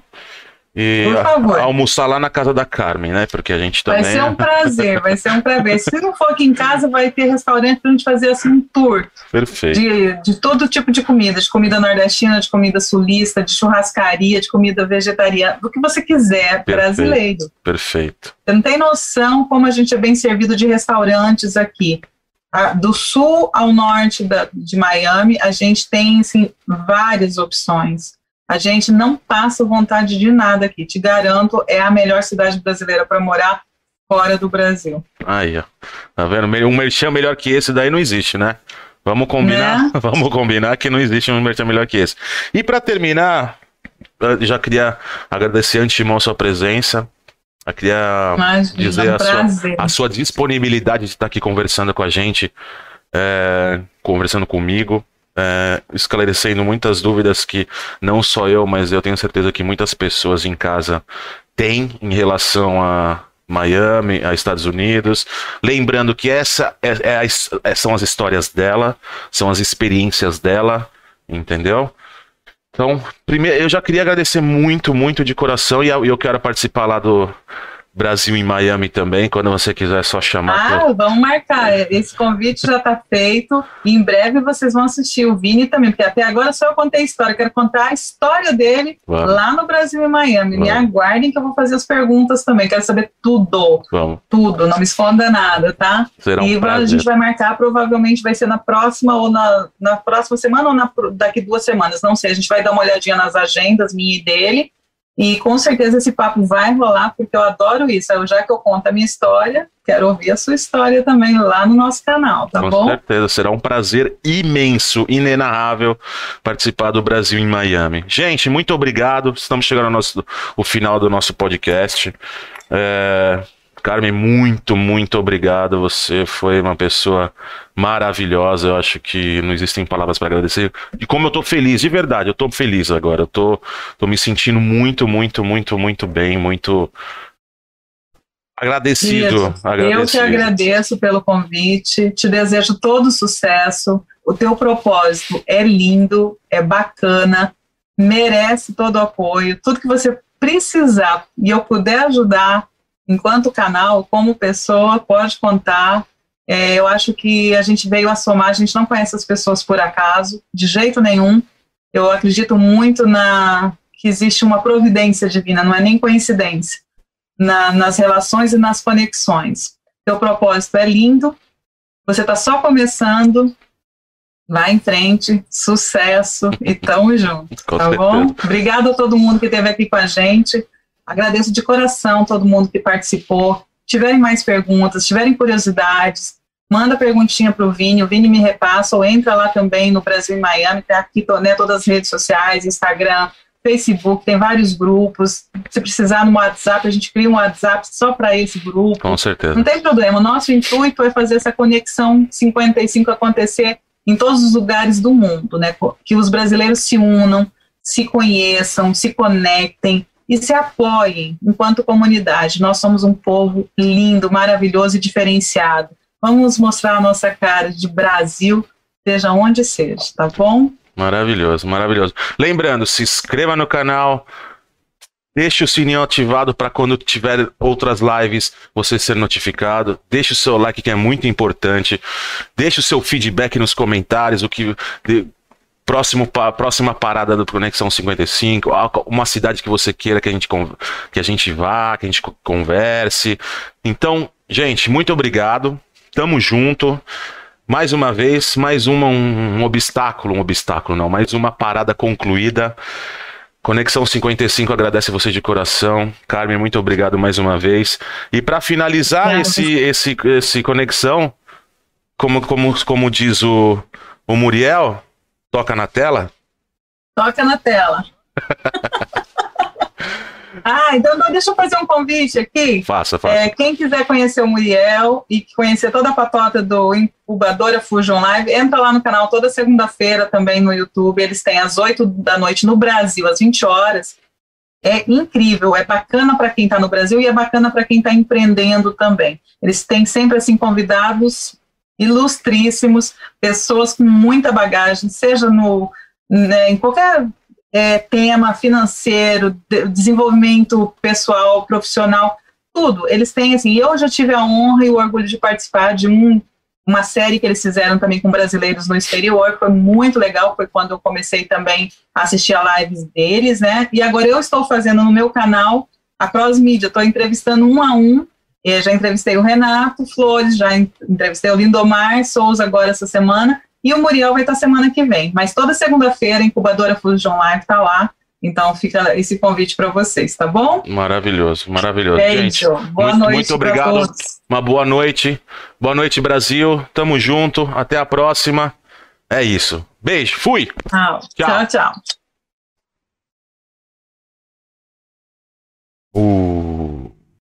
Speaker 1: E
Speaker 2: Por favor.
Speaker 1: A, almoçar lá na casa da Carmen, né? Porque a gente também...
Speaker 2: Vai ser um prazer, vai ser um prazer. Se não for aqui em casa, vai ter restaurante pra gente fazer assim um tour.
Speaker 1: Perfeito.
Speaker 2: De, de todo tipo de comida, de comida nordestina, de comida sulista, de churrascaria, de comida vegetariana, do que você quiser, Perfeito. Brasileiro.
Speaker 1: Perfeito.
Speaker 2: Você não tem noção como a gente é bem servido de restaurantes aqui. Do sul ao norte da, de Miami, a gente tem assim, várias opções. A gente não passa vontade de nada aqui, te garanto, é a melhor cidade brasileira para morar fora do Brasil.
Speaker 1: Aí, ó. Tá vendo? Um merchan melhor que esse daí não existe, né? Vamos combinar, né? Vamos combinar que não existe um merchan melhor que esse. E para terminar, eu já queria agradecer antemão a sua presença. Eu queria Imagina, dizer um a, sua, a sua disponibilidade de estar aqui conversando com a gente, é, conversando comigo. É, esclarecendo muitas dúvidas que não só eu, mas eu tenho certeza que muitas pessoas em casa têm em relação a Miami, a Estados Unidos. Lembrando que essa é, é a, é, são as histórias dela, são as experiências dela, entendeu? Então, primeiro, eu já queria agradecer muito, muito de coração e eu quero participar lá do Brasil em Miami também, quando você quiser, é só chamar.
Speaker 2: Ah, pra... vamos marcar, esse convite já está feito, e em breve vocês vão assistir o Vini também, porque até agora só eu contei a história, quero contar a história dele vamos. Lá no Brasil em Miami, vamos. Me aguardem que eu vou fazer as perguntas também, quero saber tudo, vamos. Tudo, não me esconda nada, tá?
Speaker 1: Será um
Speaker 2: e
Speaker 1: prazer.
Speaker 2: A gente vai marcar, provavelmente vai ser na próxima, ou na, na próxima semana, ou na, daqui duas semanas, não sei, a gente vai dar uma olhadinha nas agendas, minha e dele. E com certeza esse papo vai rolar, porque eu adoro isso. Já que eu conto a minha história, quero ouvir a sua história também lá no nosso canal, tá
Speaker 1: com
Speaker 2: bom?
Speaker 1: Com certeza, será um prazer imenso, inenarrável participar do Brasil em Miami. Gente, muito obrigado. Estamos chegando ao nosso, o final do nosso podcast. É... Carmen, muito, muito obrigado. Você foi uma pessoa maravilhosa. Eu acho que não existem palavras para agradecer. E como eu tô feliz, de verdade, eu tô feliz agora. Eu tô, tô me sentindo muito, muito, muito, muito bem, muito agradecido, agradecido.
Speaker 2: Eu te agradeço pelo convite. Te desejo todo sucesso. O teu propósito é lindo, é bacana, merece todo o apoio. Tudo que você precisar e eu puder ajudar, enquanto canal, como pessoa, pode contar. É, eu acho que a gente veio a somar, a gente não conhece as pessoas por acaso, de jeito nenhum. Eu acredito muito na que existe uma providência divina, não é nem coincidência, na, nas relações e nas conexões. Teu propósito é lindo, você está só começando, vai em frente, sucesso e tamo junto,
Speaker 1: com
Speaker 2: tá
Speaker 1: certeza.
Speaker 2: Bom? Obrigada a todo mundo que esteve aqui com a gente. Agradeço de coração todo mundo que participou. Tiverem mais perguntas, tiverem curiosidades, manda perguntinha para o Vini, o Vini me repassa, ou entra lá também no Brasil em Miami, tem aqui, né, todas as redes sociais, Instagram, Facebook, tem vários grupos. Se precisar no WhatsApp, a gente cria um WhatsApp só para esse grupo.
Speaker 1: Com certeza.
Speaker 2: Não tem problema, o nosso intuito é fazer essa conexão cinquenta e cinco acontecer em todos os lugares do mundo, né? Que os brasileiros se unam, se conheçam, se conectem, e se apoiem enquanto comunidade. Nós somos um povo lindo, maravilhoso e diferenciado. Vamos mostrar a nossa cara de Brasil, seja onde seja, tá bom?
Speaker 1: Maravilhoso, maravilhoso. Lembrando, se inscreva no canal, deixe o sininho ativado para quando tiver outras lives você ser notificado. Deixe o seu like, que é muito importante. Deixe o seu feedback nos comentários, o que... De, Próximo, próxima parada do Conexão cinquenta e cinco, uma cidade que você queira que a gente, que a gente vá, que a gente converse. Então, gente, muito obrigado. tamo junto. Mais uma vez, mais uma, um, um obstáculo, um obstáculo não, mais uma parada concluída. Conexão cinquenta e cinco agradece você de coração. Carmen, muito obrigado mais uma vez. E para finalizar esse, esse, esse Conexão, como, como, como diz o, o Muriel, toca na tela?
Speaker 2: Toca na tela. Ah, então deixa eu fazer um convite aqui.
Speaker 1: Faça, faça.
Speaker 2: É, quem quiser conhecer o Muriel e conhecer toda a patota do Incubadora Fusion Live, entra lá no canal toda segunda-feira também no YouTube. Eles têm às oito da noite no Brasil, às vinte horas. É incrível, é bacana para quem está no Brasil e é bacana para quem está empreendendo também. Eles têm sempre assim convidados ilustríssimos, pessoas com muita bagagem, seja no, né, em qualquer... É, tema financeiro, de, desenvolvimento pessoal, profissional, tudo. Eles têm, assim, eu já tive a honra e o orgulho de participar de um, uma série que eles fizeram também com brasileiros no exterior, foi muito legal, foi quando eu comecei também a assistir a lives deles, né, e agora eu estou fazendo no meu canal, a Cross Media, estou entrevistando um a um, eu já entrevistei o Renato Flores, já entrevistei o Lindomar Souza agora essa semana, e o Muriel vai estar semana que vem. Mas toda segunda-feira, a Incubadora Fusion Live está lá. Então fica esse convite para vocês, tá bom?
Speaker 1: Maravilhoso, maravilhoso.
Speaker 2: Beijo.
Speaker 1: Gente,
Speaker 2: boa
Speaker 1: muito,
Speaker 2: noite.
Speaker 1: Muito obrigado.
Speaker 2: Todos.
Speaker 1: Uma boa noite. Boa noite, Brasil. Tamo junto. Até a próxima. É isso. Beijo. Fui.
Speaker 2: Tchau, tchau. tchau.
Speaker 1: Uh.